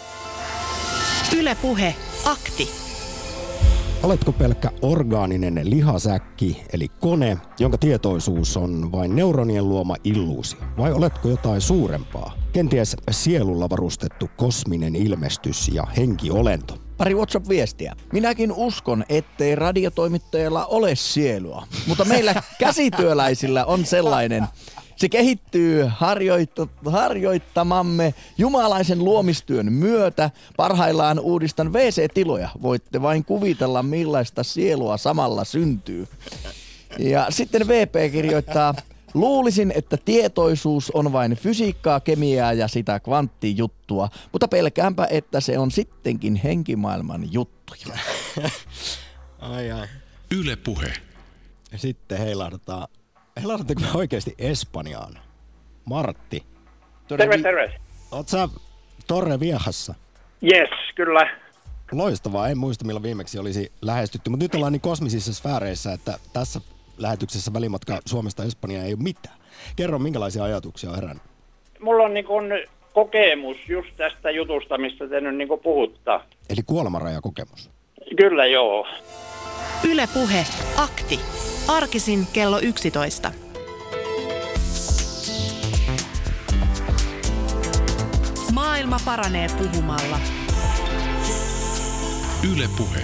Yle Puhe, akti. Oletko pelkkä orgaaninen lihasäkki, eli kone, jonka tietoisuus on vain neuronien luoma illuusio? Vai oletko jotain suurempaa? Kenties sielulla varustettu kosminen ilmestys ja henkiolento? Pari WhatsApp-viestiä. Minäkin uskon, ettei radiotoimittajalla ole sielua, mutta meillä käsityöläisillä on sellainen. Se kehittyy harjoittamamme jumalaisen luomistyön myötä. Parhaillaan uudistan WC-tiloja. Voitte vain kuvitella, millaista sielua samalla syntyy. Ja sitten VP kirjoittaa, luulisin, että tietoisuus on vain fysiikkaa, kemiaa ja sitä kvanttijuttua, mutta pelkäänpä, että se on sittenkin henkimaailman juttuja. Ai. Yle Puhe. Ja sitten heilahdatteko me oikeasti Espanjaan? Martti. Terve. Oot sä Torre Viejassa? Yes, kyllä. Loistavaa, en muista milloin viimeksi olisi lähestytty, mutta nyt ollaan niin kosmisissa sfääreissä, että tässä lähetyksessä välimatka Suomesta Espanjaan ei ole mitään. Kerro, minkälaisia ajatuksia on herännyt? Mulla on kokemus just tästä jutusta, mistä te nyt puhuttaa. Eli kuolemanrajakokemus? Kyllä, joo. Yle Puhe, akti. Arkisin kello 11. Maailma paranee puhumalla. Yle Puhe.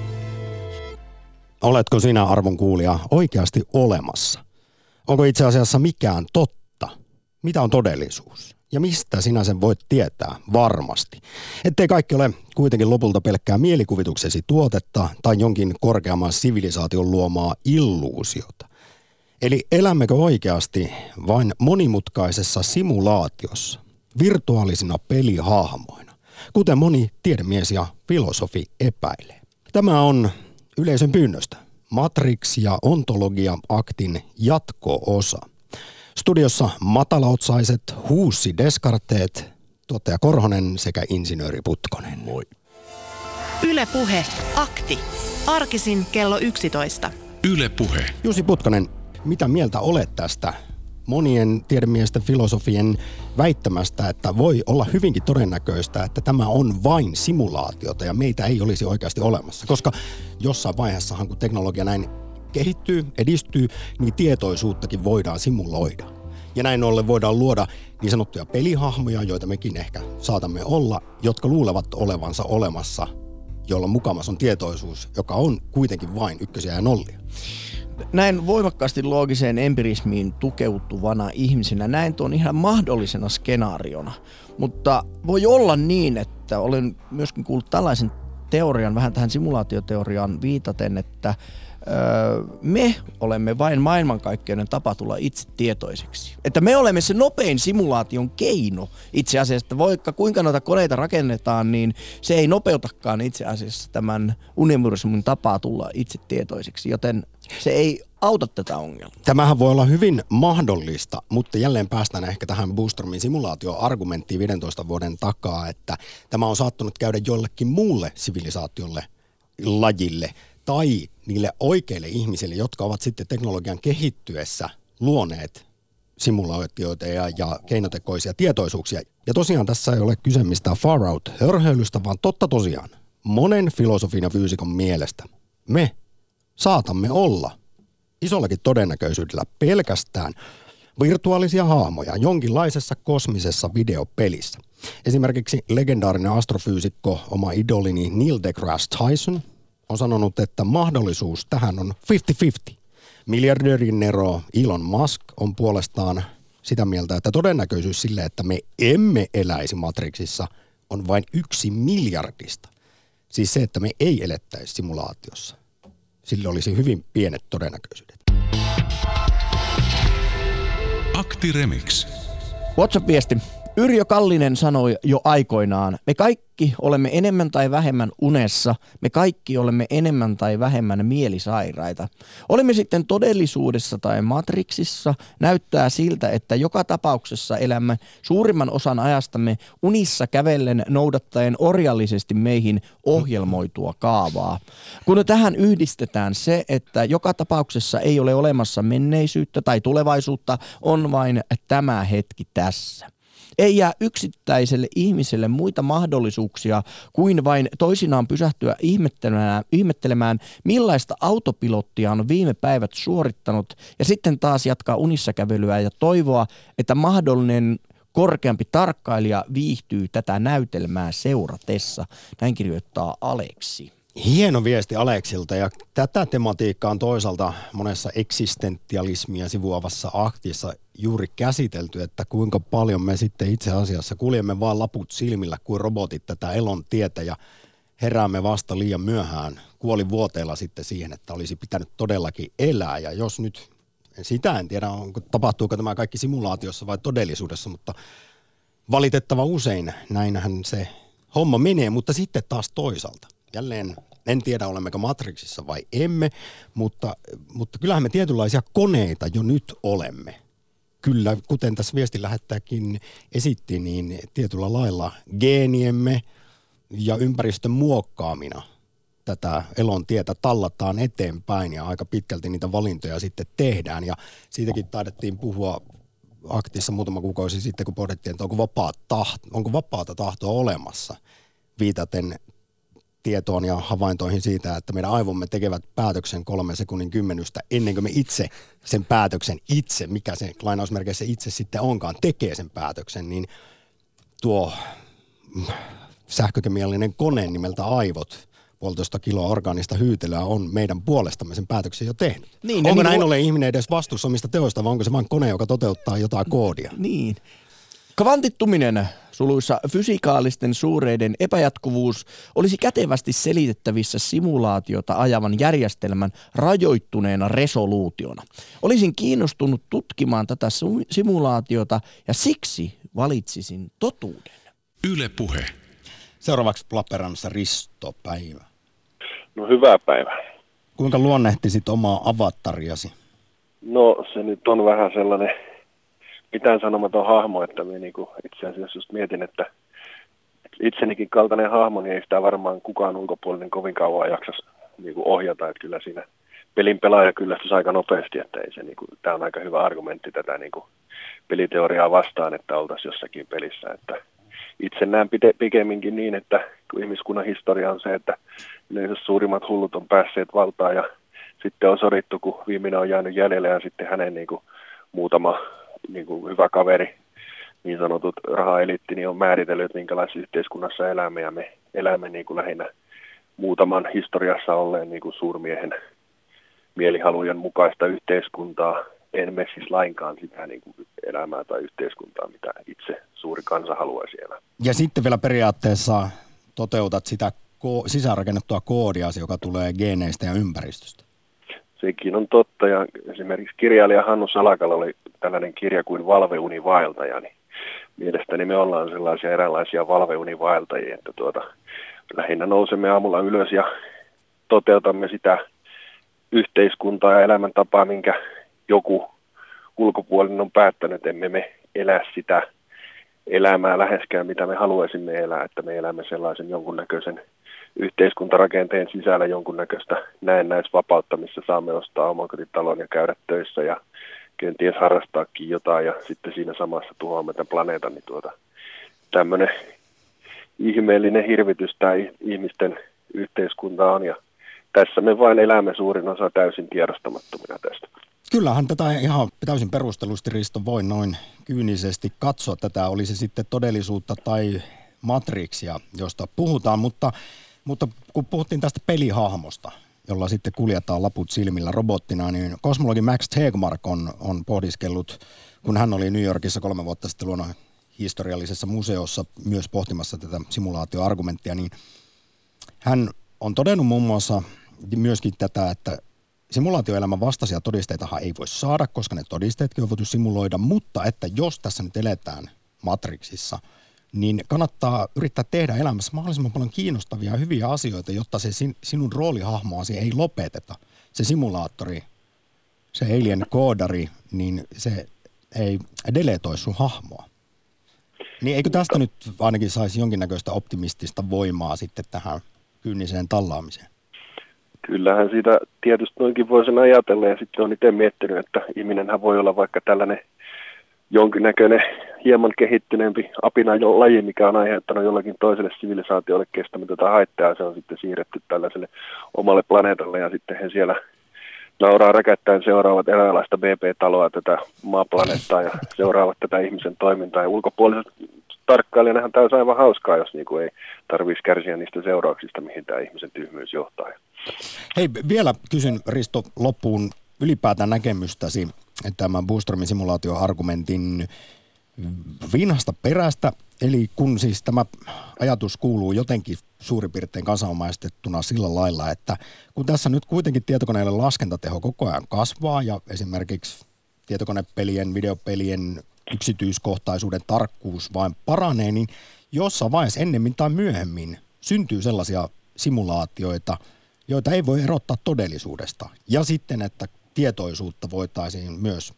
Oletko sinä, arvon kuulija, oikeasti olemassa? Onko itse asiassa mikään totta? Mitä on todellisuus? Ja mistä sinä sen voit tietää varmasti? Ettei kaikki ole kuitenkin lopulta pelkkää mielikuvituksesi tuotetta tai jonkin korkeamman sivilisaation luomaa illuusiota. Eli elämmekö oikeasti vain monimutkaisessa simulaatiossa, virtuaalisina pelihahmoina, kuten moni tiedemies ja filosofi epäilee? Tämä on yleisön pyynnöstä Matrix ja ontologia-aktin jatko-osa. Studiossa matalaotsaiset Huussi Descarteet, tuottaja Korhonen sekä insinööri Putkonen. Moi. Yle Puhe, akti. Arkisin kello 11. Yle Puhe. Jussi Putkonen, mitä mieltä olet tästä monien tiedemiesten filosofien väittämästä, että voi olla hyvinkin todennäköistä, että tämä on vain simulaatiota ja meitä ei olisi oikeasti olemassa? Koska jossain vaiheessahan, kun teknologia näin kehittyy, edistyy, niin tietoisuuttakin voidaan simuloida. Ja näin ollen voidaan luoda niin sanottuja pelihahmoja, joita mekin ehkä saatamme olla, jotka luulevat olevansa olemassa, jolla mukamas on tietoisuus, joka on kuitenkin vain ykkösiä ja nollia. Näin voimakkaasti loogiseen empirismiin tukeutuvana ihmisenä näin tuon ihan mahdollisena skenaariona. Mutta voi olla niin, että olen myöskin kuullut tällaisen teorian, vähän tähän simulaatioteoriaan viitaten, että me olemme vain maailmankaikkeuden tapa tulla itse tietoiseksi. Että me olemme se nopein simulaation keino itse asiassa, että vaikka kuinka noita koneita rakennetaan, niin se ei nopeutakaan itse asiassa tämän universumin tapaa tulla itse tietoiseksi, joten se ei auta tätä ongelmaa. Tämähän voi olla hyvin mahdollista, mutta jälleen päästään ehkä tähän Boostromin simulaatioargumenttiin 15 vuoden takaa, että tämä on saattanut käydä jollekin muulle sivilisaatiolle, lajille tai niille oikeille ihmisille, jotka ovat sitten teknologian kehittyessä luoneet simulaatioita ja keinotekoisia tietoisuuksia. Ja tosiaan tässä ei ole kyse mistään far out hörhöilystä, vaan totta tosiaan monen filosofin ja fyysikon mielestä me saatamme olla isollakin todennäköisyydellä pelkästään virtuaalisia hahmoja jonkinlaisessa kosmisessa videopelissä. Esimerkiksi legendaarinen astrofyysikko, oma idolini Neil deGrasse Tyson, on sanonut, että mahdollisuus tähän on 50-50. Miljardöörin Nero Elon Musk on puolestaan sitä mieltä, että todennäköisyys sille, että me emme eläisi Matrixissa, on vain 1 miljardista. Siis se, että me ei elettäisi simulaatiossa. Sillä olisi hyvin pienet todennäköisyydet. Akti Remix. WhatsApp-viesti. Yrjö Kallinen sanoi jo aikoinaan, me kaikki olemme enemmän tai vähemmän unessa, me kaikki olemme enemmän tai vähemmän mielisairaita. Olemme sitten todellisuudessa tai matrixissa, näyttää siltä, että joka tapauksessa elämme suurimman osan ajastamme unissa kävellen noudattaen orjallisesti meihin ohjelmoitua kaavaa. Kun tähän yhdistetään se, että joka tapauksessa ei ole olemassa menneisyyttä tai tulevaisuutta, on vain tämä hetki tässä. Ei jää yksittäiselle ihmiselle muita mahdollisuuksia kuin vain toisinaan pysähtyä ihmettelemään, millaista autopilottia on viime päivät suorittanut ja sitten taas jatkaa unissa kävelyä ja toivoa, että mahdollinen korkeampi tarkkailija viihtyy tätä näytelmää seuratessa. Näin kirjoittaa Aleksi. Hieno viesti Aleksilta, ja tätä tematiikkaa on toisaalta monessa eksistentialismia sivuavassa aktissa juuri käsitelty, että kuinka paljon me sitten itse asiassa kuljemme vaan laput silmillä kuin robotit tätä elon tietä ja heräämme vasta liian myöhään kuolivuoteella sitten siihen, että olisi pitänyt todellakin elää. Ja jos nyt, sitä en tiedä, tapahtuuko tämä kaikki simulaatiossa vai todellisuudessa, mutta valitettava usein näinhän se homma menee, mutta sitten taas toisaalta. Jälleen en tiedä, olemmeko Matrixissa vai emme, mutta kyllähän me tietynlaisia koneita jo nyt olemme. Kyllä, kuten tässä viestin lähettäjäkin esitti, niin tietyllä lailla geeniemme ja ympäristön muokkaamina tätä elon tietä tallataan eteenpäin ja aika pitkälti niitä valintoja sitten tehdään. Ja siitäkin taidettiin puhua aktissa muutama kuukausi sitten, kun pohdittiin, että onko vapaata tahtoa olemassa, viitaten tietoon ja havaintoihin siitä, että meidän aivomme tekevät päätöksen 3 sekunnin kymmenystä ennen kuin me itse sen päätöksen mikä se lainausmerkeissä itse sitten onkaan, tekee sen päätöksen, niin tuo sähkökemiallinen kone nimeltä aivot, 1,5 kiloa orgaanista hyytelyä on meidän puolestamme sen päätöksen jo tehnyt. Niin, onko näin ollen ihminen edes vastuussa omista teoista, vai onko se vain kone, joka toteuttaa jotain koodia? Niin. Kvantittuminen, suluissa fysikaalisten suureiden epäjatkuvuus, olisi kätevästi selitettävissä simulaatiota ajavan järjestelmän rajoittuneena resoluutiona. Olisin kiinnostunut tutkimaan tätä simulaatiota ja siksi valitsisin totuuden. Yle Puhe. Seuraavaksi Lappeenrannassa Risto, päivä. No hyvää päivää. Kuinka luonnehtisit omaa avatariasi? No se nyt on vähän sellainen mitään sanomaton hahmo, että minä niinku itse asiassa just mietin, että itsenikin kaltainen hahmo, niin ei sitä varmaan kukaan ulkopuolinen kovin kauan jaksaisi niinku ohjata, että kyllä siinä pelin pelaaja kyllästyisi aika nopeasti, että ei se niinku, tämä on aika hyvä argumentti tätä niinku peliteoriaa vastaan, että oltaisiin jossakin pelissä, että itse näen pikemminkin niin, että kun ihmiskunnan historia on se, että yleensä suurimmat hullut on päässeet valtaan ja sitten on sodittu, kun viimeinen on jäänyt jäljelle ja sitten hänen niinku muutama niinku hyvä kaveri, niin sanotut rahaeliitti, niin on määritellyt, minkälaisessa yhteiskunnassa elämme ja me elämme niinku lähinnä muutaman historiassa olleen niinku suurmiehen mielihalujen mukaista yhteiskuntaa. Emme siis lainkaan sitä niin kuin elämää tai yhteiskuntaa, mitä itse suuri kansa haluaisi elää. Ja sitten vielä periaatteessa toteutat sitä sisäänrakennettua koodia, joka tulee geeneistä ja ympäristöstä. Sekin on totta, ja esimerkiksi kirjailija Hannu Salakalla oli tällainen kirja kuin Valveunivaeltaja, niin mielestäni me ollaan sellaisia eräänlaisia valveunivaeltajia, että lähinnä nousemme aamulla ylös ja toteutamme sitä yhteiskuntaa ja elämäntapaa, minkä joku ulkopuolinen on päättänyt, emme me elä sitä elämää läheskään, mitä me haluaisimme elää, että me elämme sellaisen jonkunnäköisen yhteiskuntarakenteen sisällä jonkunnäköistä näennäisvapautta, missä saamme ostaa omakotitalon ja käydä töissä ja kenties harrastaakin jotain ja sitten siinä samassa tuhoamme tämän planeetan, niin tämmöinen ihmeellinen hirvitys tai ihmisten yhteiskunta on ja tässä me vain elämme suurin osa täysin tiedostamattomina tästä. Kyllähän tätä ihan täysin perustellusti, Risto, voi noin kyynisesti katsoa. Tätä olisi sitten todellisuutta tai Matrixia, josta puhutaan, mutta kun puhuttiin tästä pelihahmosta, jolla sitten kuljetaan laput silmillä robottina, niin kosmologi Max Tegmark on pohdiskellut, kun hän oli New Yorkissa 3 vuotta sitten luonnonhistoriallisessa museossa myös pohtimassa tätä simulaatioargumenttia, niin hän on todennut muun muassa myöskin tätä, että simulaatioelämän vastaisia todisteitahan ei voi saada, koska ne todisteetkin on voitu simuloida, mutta että jos tässä nyt eletään Matrixissa, niin kannattaa yrittää tehdä elämässä mahdollisimman paljon kiinnostavia ja hyviä asioita, jotta se sinun roolihahmoasi ei lopeteta. Se simulaattori, se alien koodari, niin se ei deletoi sun hahmoa. Niin eikö tästä nyt ainakin saisi jonkinnäköistä optimistista voimaa sitten tähän kyyniseen tallaamiseen? Kyllähän siitä tietysti noinkin voi sen ajatella ja sitten on itse miettinyt, että ihminenhän voi olla vaikka tällainen jonkinnäköinen hieman kehittyneempi apinalaji, mikä on aiheuttanut jollakin toiselle sivilisaatiolle kestämätöntä haittaa. Se on sitten siirretty tällaiselle omalle planeetalle ja sitten he siellä nauraa räkättäen seuraavat eräänlaista BP-taloa, tätä maaplaneettaa ja seuraavat tätä ihmisen toimintaa. Ja ulkopuoliset tarkkailijanahan tämä olisi aivan hauskaa, jos niinku ei tarvitsisi kärsiä niistä seurauksista, mihin tämä ihmisen tyhmyys johtaa. Hei, vielä kysyn Risto loppuun ylipäätään näkemystäsi tämän Boostromin simulaatioargumentin vinhasta perästä. Eli kun siis tämä ajatus kuuluu jotenkin suurin piirtein kansanomaistettuna sillä lailla, että kun tässä nyt kuitenkin tietokoneille laskentateho koko ajan kasvaa ja esimerkiksi tietokonepelien, videopelien yksityiskohtaisuuden tarkkuus vain paranee, niin jossain vaiheessa ennemmin tai myöhemmin syntyy sellaisia simulaatioita, joita ei voi erottaa todellisuudesta. Ja sitten, että tietoisuutta voitaisiin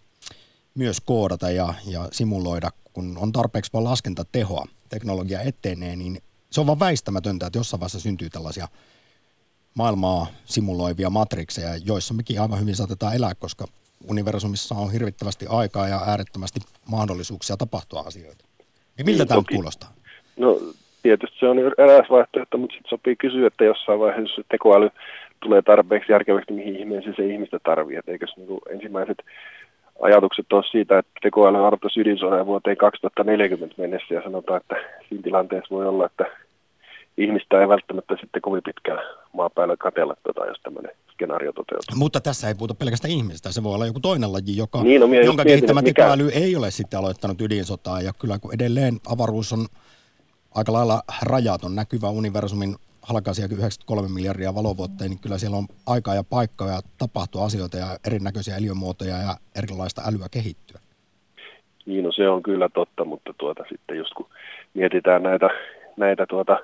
myös koodata ja simuloida, kun on tarpeeksi vaan laskentatehoa, teknologia etenee, niin se on vaan väistämätöntä, että jossain vaiheessa syntyy tällaisia maailmaa simuloivia matrikseja, joissa mekin aivan hyvin saatetaan elää, koska universumissa on hirvittävästi aikaa ja äärettömästi mahdollisuuksia tapahtua asioita. Ja miltä tämä kuulostaa? No tietysti se on eräs vaihtoehto, mutta sitten sopii kysyä, että jossain vaiheessa se tekoäly tulee tarpeeksi järkevästi, mihin ihmeeseen se ihmistä tarvitsee. Eikös niinku ensimmäiset ajatukset ole siitä, että tekoäly arvottaisi ydinsodan vuoteen 2040 mennessä ja sanotaan, että siinä tilanteessa voi olla, että ihmistä ei välttämättä sitten kovin pitkään maapäällä katsella, jos tämmöinen skenaario toteutuu. Mutta tässä ei puhuta pelkästään ihmistä. Se voi olla joku toinen laji, niin, jonka kehittämä tekoäly ei ole sitten aloittanut ydinsotaa. Ja kyllä kun edelleen avaruus on aika lailla rajaton, näkyvä universumin halkaisia 93 miljardia valovuotta, niin kyllä siellä on aikaa ja paikkaa ja tapahtuu asioita ja erinäköisiä eliömuotoja ja erilaista älyä kehittyä. Niin, no se on kyllä totta, mutta sitten just kun mietitään näitä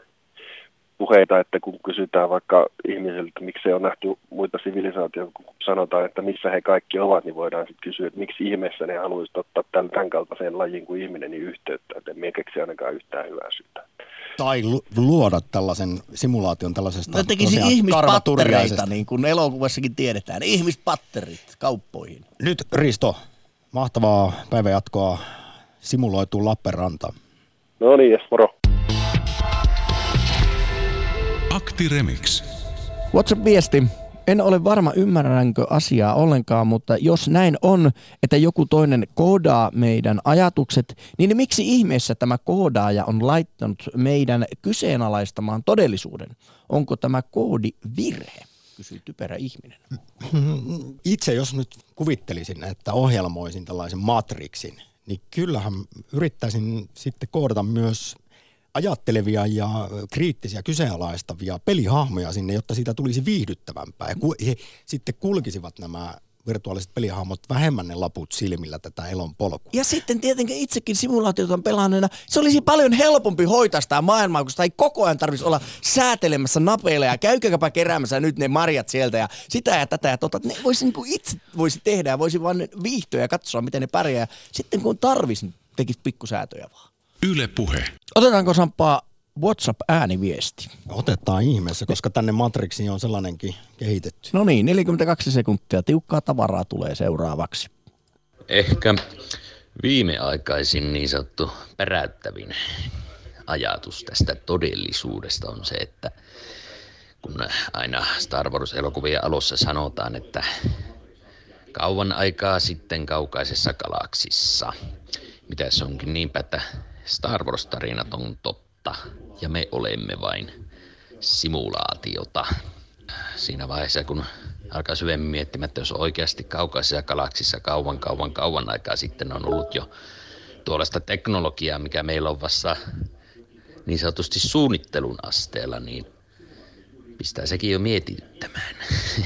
puheita, että kun kysytään vaikka ihmisiltä, että miksi on nähty muita sivilisaatioita, kun sanotaan, että missä he kaikki ovat, niin voidaan sitten kysyä, että miksi ihmeessä ne haluaisivat ottaa tämän kaltaiseen lajiin kuin ihminen niin yhteyttä, että en keksi ainakaan yhtään hyvää syytä. Tai luoda tällaisen simulaation tällaisesta tekisi ihmispattereita, niin kuin elokuvassakin tiedetään. Ihmispatterit kauppoihin. Nyt Risto, mahtavaa päivänjatkoa simuloituun Lappeenrantaan. No niin, moro. Akti Remix. WhatsApp-viesti. En ole varma, ymmärränkö asiaa ollenkaan, mutta jos näin on, että joku toinen koodaa meidän ajatukset, niin miksi ihmeessä tämä koodaaja on laittanut meidän kyseenalaistamaan todellisuuden? Onko tämä koodi virhe? Kysyy typerä ihminen. Itse jos nyt kuvittelisin, että ohjelmoisin tällaisen matriksin, niin kyllähän yrittäisin sitten koodata myös ajattelevia ja kriittisiä kyseenalaistavia pelihahmoja sinne, jotta siitä tulisi viihdyttävämpää. Ja he sitten kulkisivat nämä virtuaaliset pelihahmot vähemmän ne laput silmillä tätä elon polkua. Ja sitten tietenkin itsekin simulaatiota pelanneena, se olisi paljon helpompi hoitaa sitä maailmaa, kun sitä ei koko ajan tarvitsisi olla säätelemässä napeilla ja käykääpä keräämässä nyt ne marjat sieltä ja sitä ja tätä ja tota. Ne voisi niin kuin itse voisi tehdä ja voisi vaan viihtyä ja katsoa, miten ne pärjää. Sitten kun tarvitsisi, tekisi pikkusäätöjä vaan. Yle Puhe. Otetaanko Samppaa WhatsApp-ääniviesti? Otetaan ihmeessä, koska tänne Matrixiin on sellainenkin kehitetty. No niin, 42 sekuntia. Tiukkaa tavaraa tulee seuraavaksi. Ehkä viimeaikaisin niin sanottu päräyttävin ajatus tästä todellisuudesta on se, että kun aina Star Wars-elokuvien alussa sanotaan, että kauan aikaa sitten kaukaisessa galaksissa. Mitä se onkin niinpä, että Star Wars-tarinat on totta ja me olemme vain simulaatiota. Siinä vaiheessa, kun alkaa syvemmin miettimään, että jos oikeasti kaukaisessa galaksissa kauan aikaa sitten on ollut jo tuollaista teknologiaa, mikä meillä on vasta niin sanotusti suunnittelun asteella, niin pistää sekin jo mietityttämään.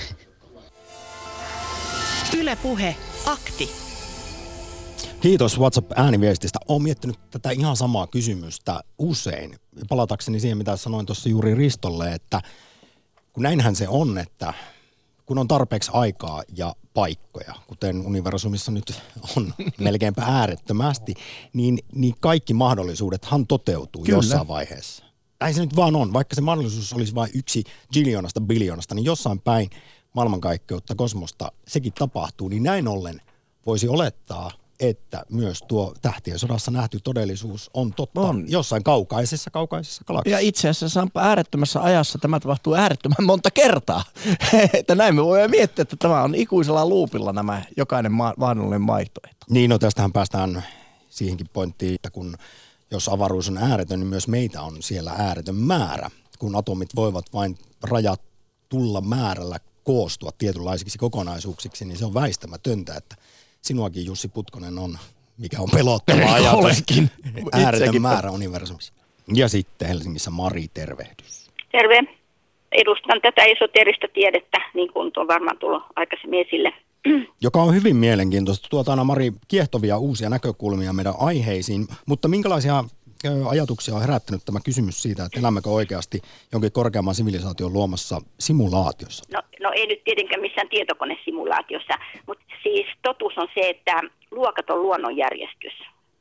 Yle Puhe, akti. Kiitos WhatsApp-ääniviestistä. Olen miettinyt tätä ihan samaa kysymystä usein. Palatakseni siihen, mitä sanoin tuossa juuri Ristolle, että kun näinhän se on, että kun on tarpeeksi aikaa ja paikkoja, kuten universumissa nyt on melkeinpä äärettömästi, niin kaikki mahdollisuudethan toteutuu jossain vaiheessa. Näin se nyt vaan on. Vaikka se mahdollisuus olisi vain 1 jiljoonasta biljoonasta, niin jossain päin maailmankaikkeutta, kosmosta sekin tapahtuu, niin näin ollen voisi olettaa, että myös tuo Tähtien sodassa nähty todellisuus on totta jossain kaukaisessa galaksissa. Ja itse asiassa äärettömässä ajassa tämä tapahtuu äärettömän monta kertaa. Että näin me voimme miettiä, että tämä on ikuisella luupilla nämä jokainen mahdollinen vaihtoehto. Niin, no tästähän päästään siihenkin pointtiin, että jos avaruus on ääretön, niin myös meitä on siellä ääretön määrä. Kun atomit voivat vain rajatulla määrällä koostua tietynlaisiksi kokonaisuuksiksi, niin se on väistämätöntä, että sinuakin Jussi Putkonen on, mikä on pelottava ajatus, ääretön määrä universumissa. Ja sitten Helsingissä Mari, tervehdys. Terve. Edustan tätä esoteerista tiedettä, niin kuin on varmaan tullut aikaisemmin esille. Joka on hyvin mielenkiintoista. Tuota aina, Mari, kiehtovia uusia näkökulmia meidän aiheisiin, mutta minkälaisia ajatuksia on herättänyt tämä kysymys siitä, että elämmekö oikeasti jonkin korkeamman sivilisaation luomassa simulaatiossa? No ei nyt tietenkään missään tietokonesimulaatiossa, mutta siis totuus on se, että luokat on luonnonjärjestys.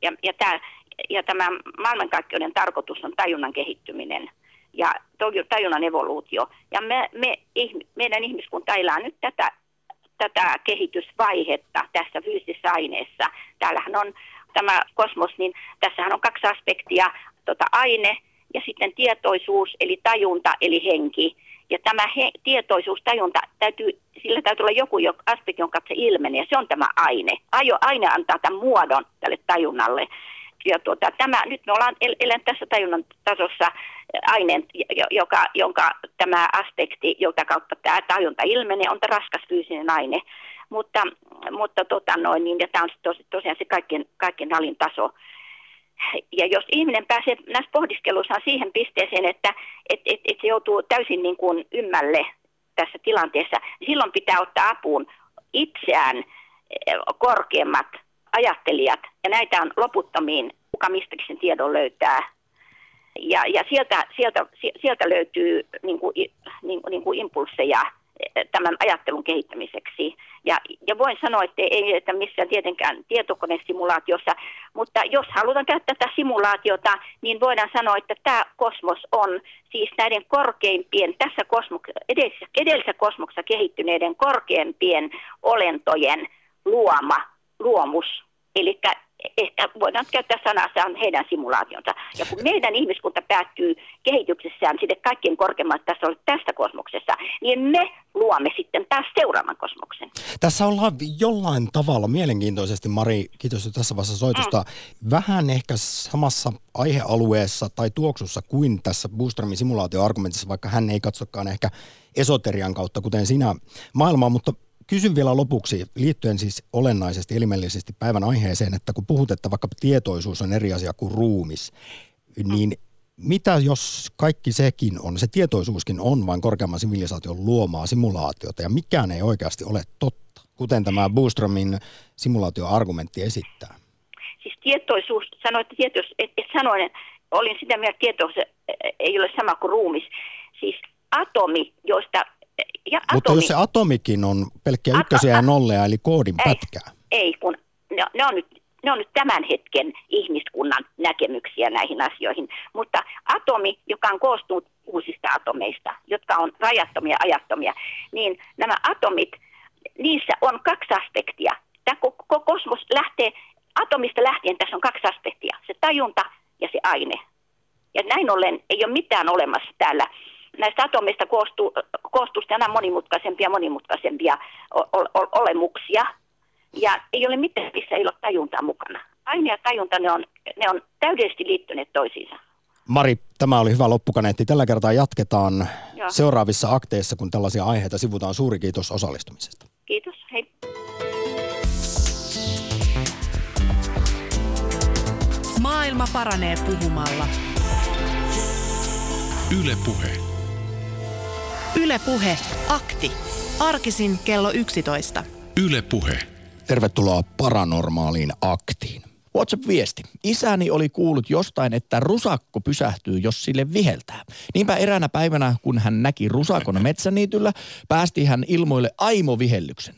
Ja tämä maailmankaikkeuden tarkoitus on tajunnan kehittyminen ja tajunnan evoluutio. Ja meidän ihmiskunta elää nyt tätä kehitysvaihetta tässä fyysisessä aineessa. Täällähän on tämä kosmos, niin tässähän on 2 aspektia, aine ja sitten tietoisuus, eli tajunta, eli henki. Ja tämä tietoisuus, tajunta, sillä täytyy olla joku aspekti, jonka se ilmenee, se on tämä aine. Aine antaa tämän muodon tälle tajunnalle. Ja nyt me ollaan elän tässä tajunnan tasossa aineen, jonka tämä aspekti, jota kautta tämä tajunta ilmenee, on tämä raskas fyysinen aine. Mutta ja tämä on tosiaan se kaikkien alin taso. Ja jos ihminen pääsee näissä pohdiskeluissaan siihen pisteeseen, että se joutuu täysin niin kuin ymmälle tässä tilanteessa, niin silloin pitää ottaa apuun itseään korkeammat ajattelijat. Ja näitä on loputtomiin, kuka mistäkin sen tiedon löytää. Ja sieltä löytyy niin kuin impulsseja tämän ajattelun kehittämiseksi. Ja voin sanoa, että missään tietenkään tietokonesimulaatiossa, mutta jos halutaan käyttää tätä simulaatiota, niin voidaan sanoa, että tämä kosmos on siis näiden korkeimpien, edellisessä kosmoksessa kehittyneiden korkeimpien olentojen luomus. Eli ehkä voidaan käyttää sanaa, se on heidän simulaationsa. Ja kun meidän ihmiskunta päättyy kehityksessään sinne kaikkien korkeammalle tasolle tästä kosmoksessa, niin me luomme sitten taas seuraavan kosmoksen. Tässä ollaan jollain tavalla mielenkiintoisesti, Mari, kiitos jo tässä vaiheessa soitosta, vähän ehkä samassa aihealueessa tai tuoksussa kuin tässä Boströmin simulaatioargumentissa, vaikka hän ei katsokaan ehkä esoterian kautta, kuten sinä maailmaa, mutta kysyn vielä lopuksi, liittyen siis olennaisesti, elimellisesti päivän aiheeseen, että kun puhut, että vaikka tietoisuus on eri asia kuin ruumis, niin mitä jos kaikki sekin on, se tietoisuuskin on vain korkeamman sivilisaation luomaa simulaatiota ja mikään ei oikeasti ole totta, kuten tämä Boströmin simulaatioargumentti esittää? Siis tietoisuus, olin sitä mieltä, että tietoisuus ei ole sama kuin ruumis. Siis atomi, joista... Mutta jos se atomikin on pelkkiä ykkösiä ja nolleja, eli koodin pätkää. Ei, kun ne on nyt tämän hetken ihmiskunnan näkemyksiä näihin asioihin. Mutta atomi, joka on koostunut uusista atomeista, jotka on rajattomia, ajattomia, niin nämä atomit, niissä on 2 aspektia. Tämä koko kosmos lähtee, atomista lähtien tässä on 2 aspektia, se tajunta ja se aine. Ja näin ollen ei ole mitään olemassa täällä. Näistä atomista koostuu aina monimutkaisempia olemuksia. Ja ei ole mitään, missä ei ole tajuntaa mukana. Aine ja tajunta, ne on täydellisesti liittyneet toisiinsa. Mari, tämä oli hyvä loppukaneetti. Tällä kertaa jatketaan seuraavissa akteissa, kun tällaisia aiheita sivutaan. Suuri kiitos osallistumisesta. Kiitos, hei. Maailma paranee puhumalla. Yle Puhe. Yle Puhe, akti. Arkisin kello 11. Yle Puhe. Tervetuloa paranormaaliin aktiin. WhatsApp-viesti. Isäni oli kuullut jostain, että rusakko pysähtyy, jos sille viheltää. Niinpä eräänä päivänä, kun hän näki rusakon metsäniityllä, päästi hän ilmoille aimovihellyksen.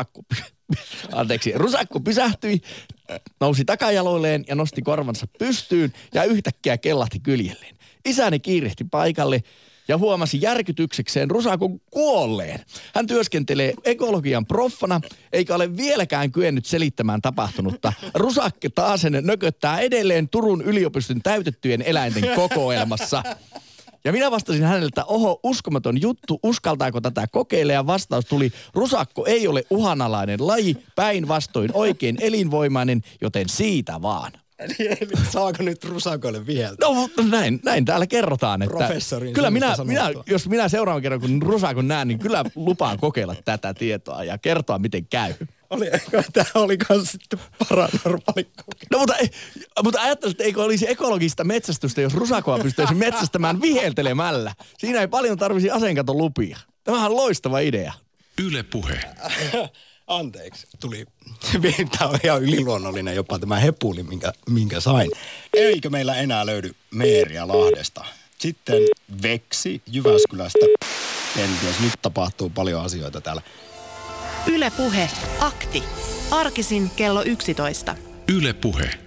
Rusakko pysähtyi, nousi takajaloilleen ja nosti korvansa pystyyn ja yhtäkkiä kellahti kyljelleen. Isäni kiirehti paikalle ja huomasi järkytyksekseen rusakon kuolleen. Hän työskentelee ekologian proffana, eikä ole vieläkään kyennyt selittämään tapahtunutta. Rusakka taasen nököttää edelleen Turun yliopiston täytettyjen eläinten kokoelmassa. Ja minä vastasin hänelle, että oho, uskomaton juttu, uskaltaako tätä kokeilla? Ja vastaus tuli, rusakko ei ole uhanalainen laji, päinvastoin oikein elinvoimainen, joten siitä vaan. Eli saako nyt rusakoille vielä? No näin täällä kerrotaan, että professorin kyllä jos minä seuraavan kerran kun rusakon näen, niin kyllä lupaan kokeilla tätä tietoa ja kertoa miten käy. Tämä oli kans sitten paranormaali kokemus. No mutta ajattelisin, että eikö olisi ekologista metsästystä, jos rusakoa pystyisi metsästämään viheltelemällä. Siinä ei paljon tarvisi aseenkatolupia. Tämähän on loistava idea. Yle Puhe. Anteeksi, tämä on ihan yliluonnollinen jopa tämä hepuli, minkä sain. Eikö meillä enää löydy Meeriä Lahdesta? Sitten Veksi Jyväskylästä. Kenties nyt tapahtuu paljon asioita täällä. Yle Puhe, akti. Arkisin kello 11. Yle Puhe.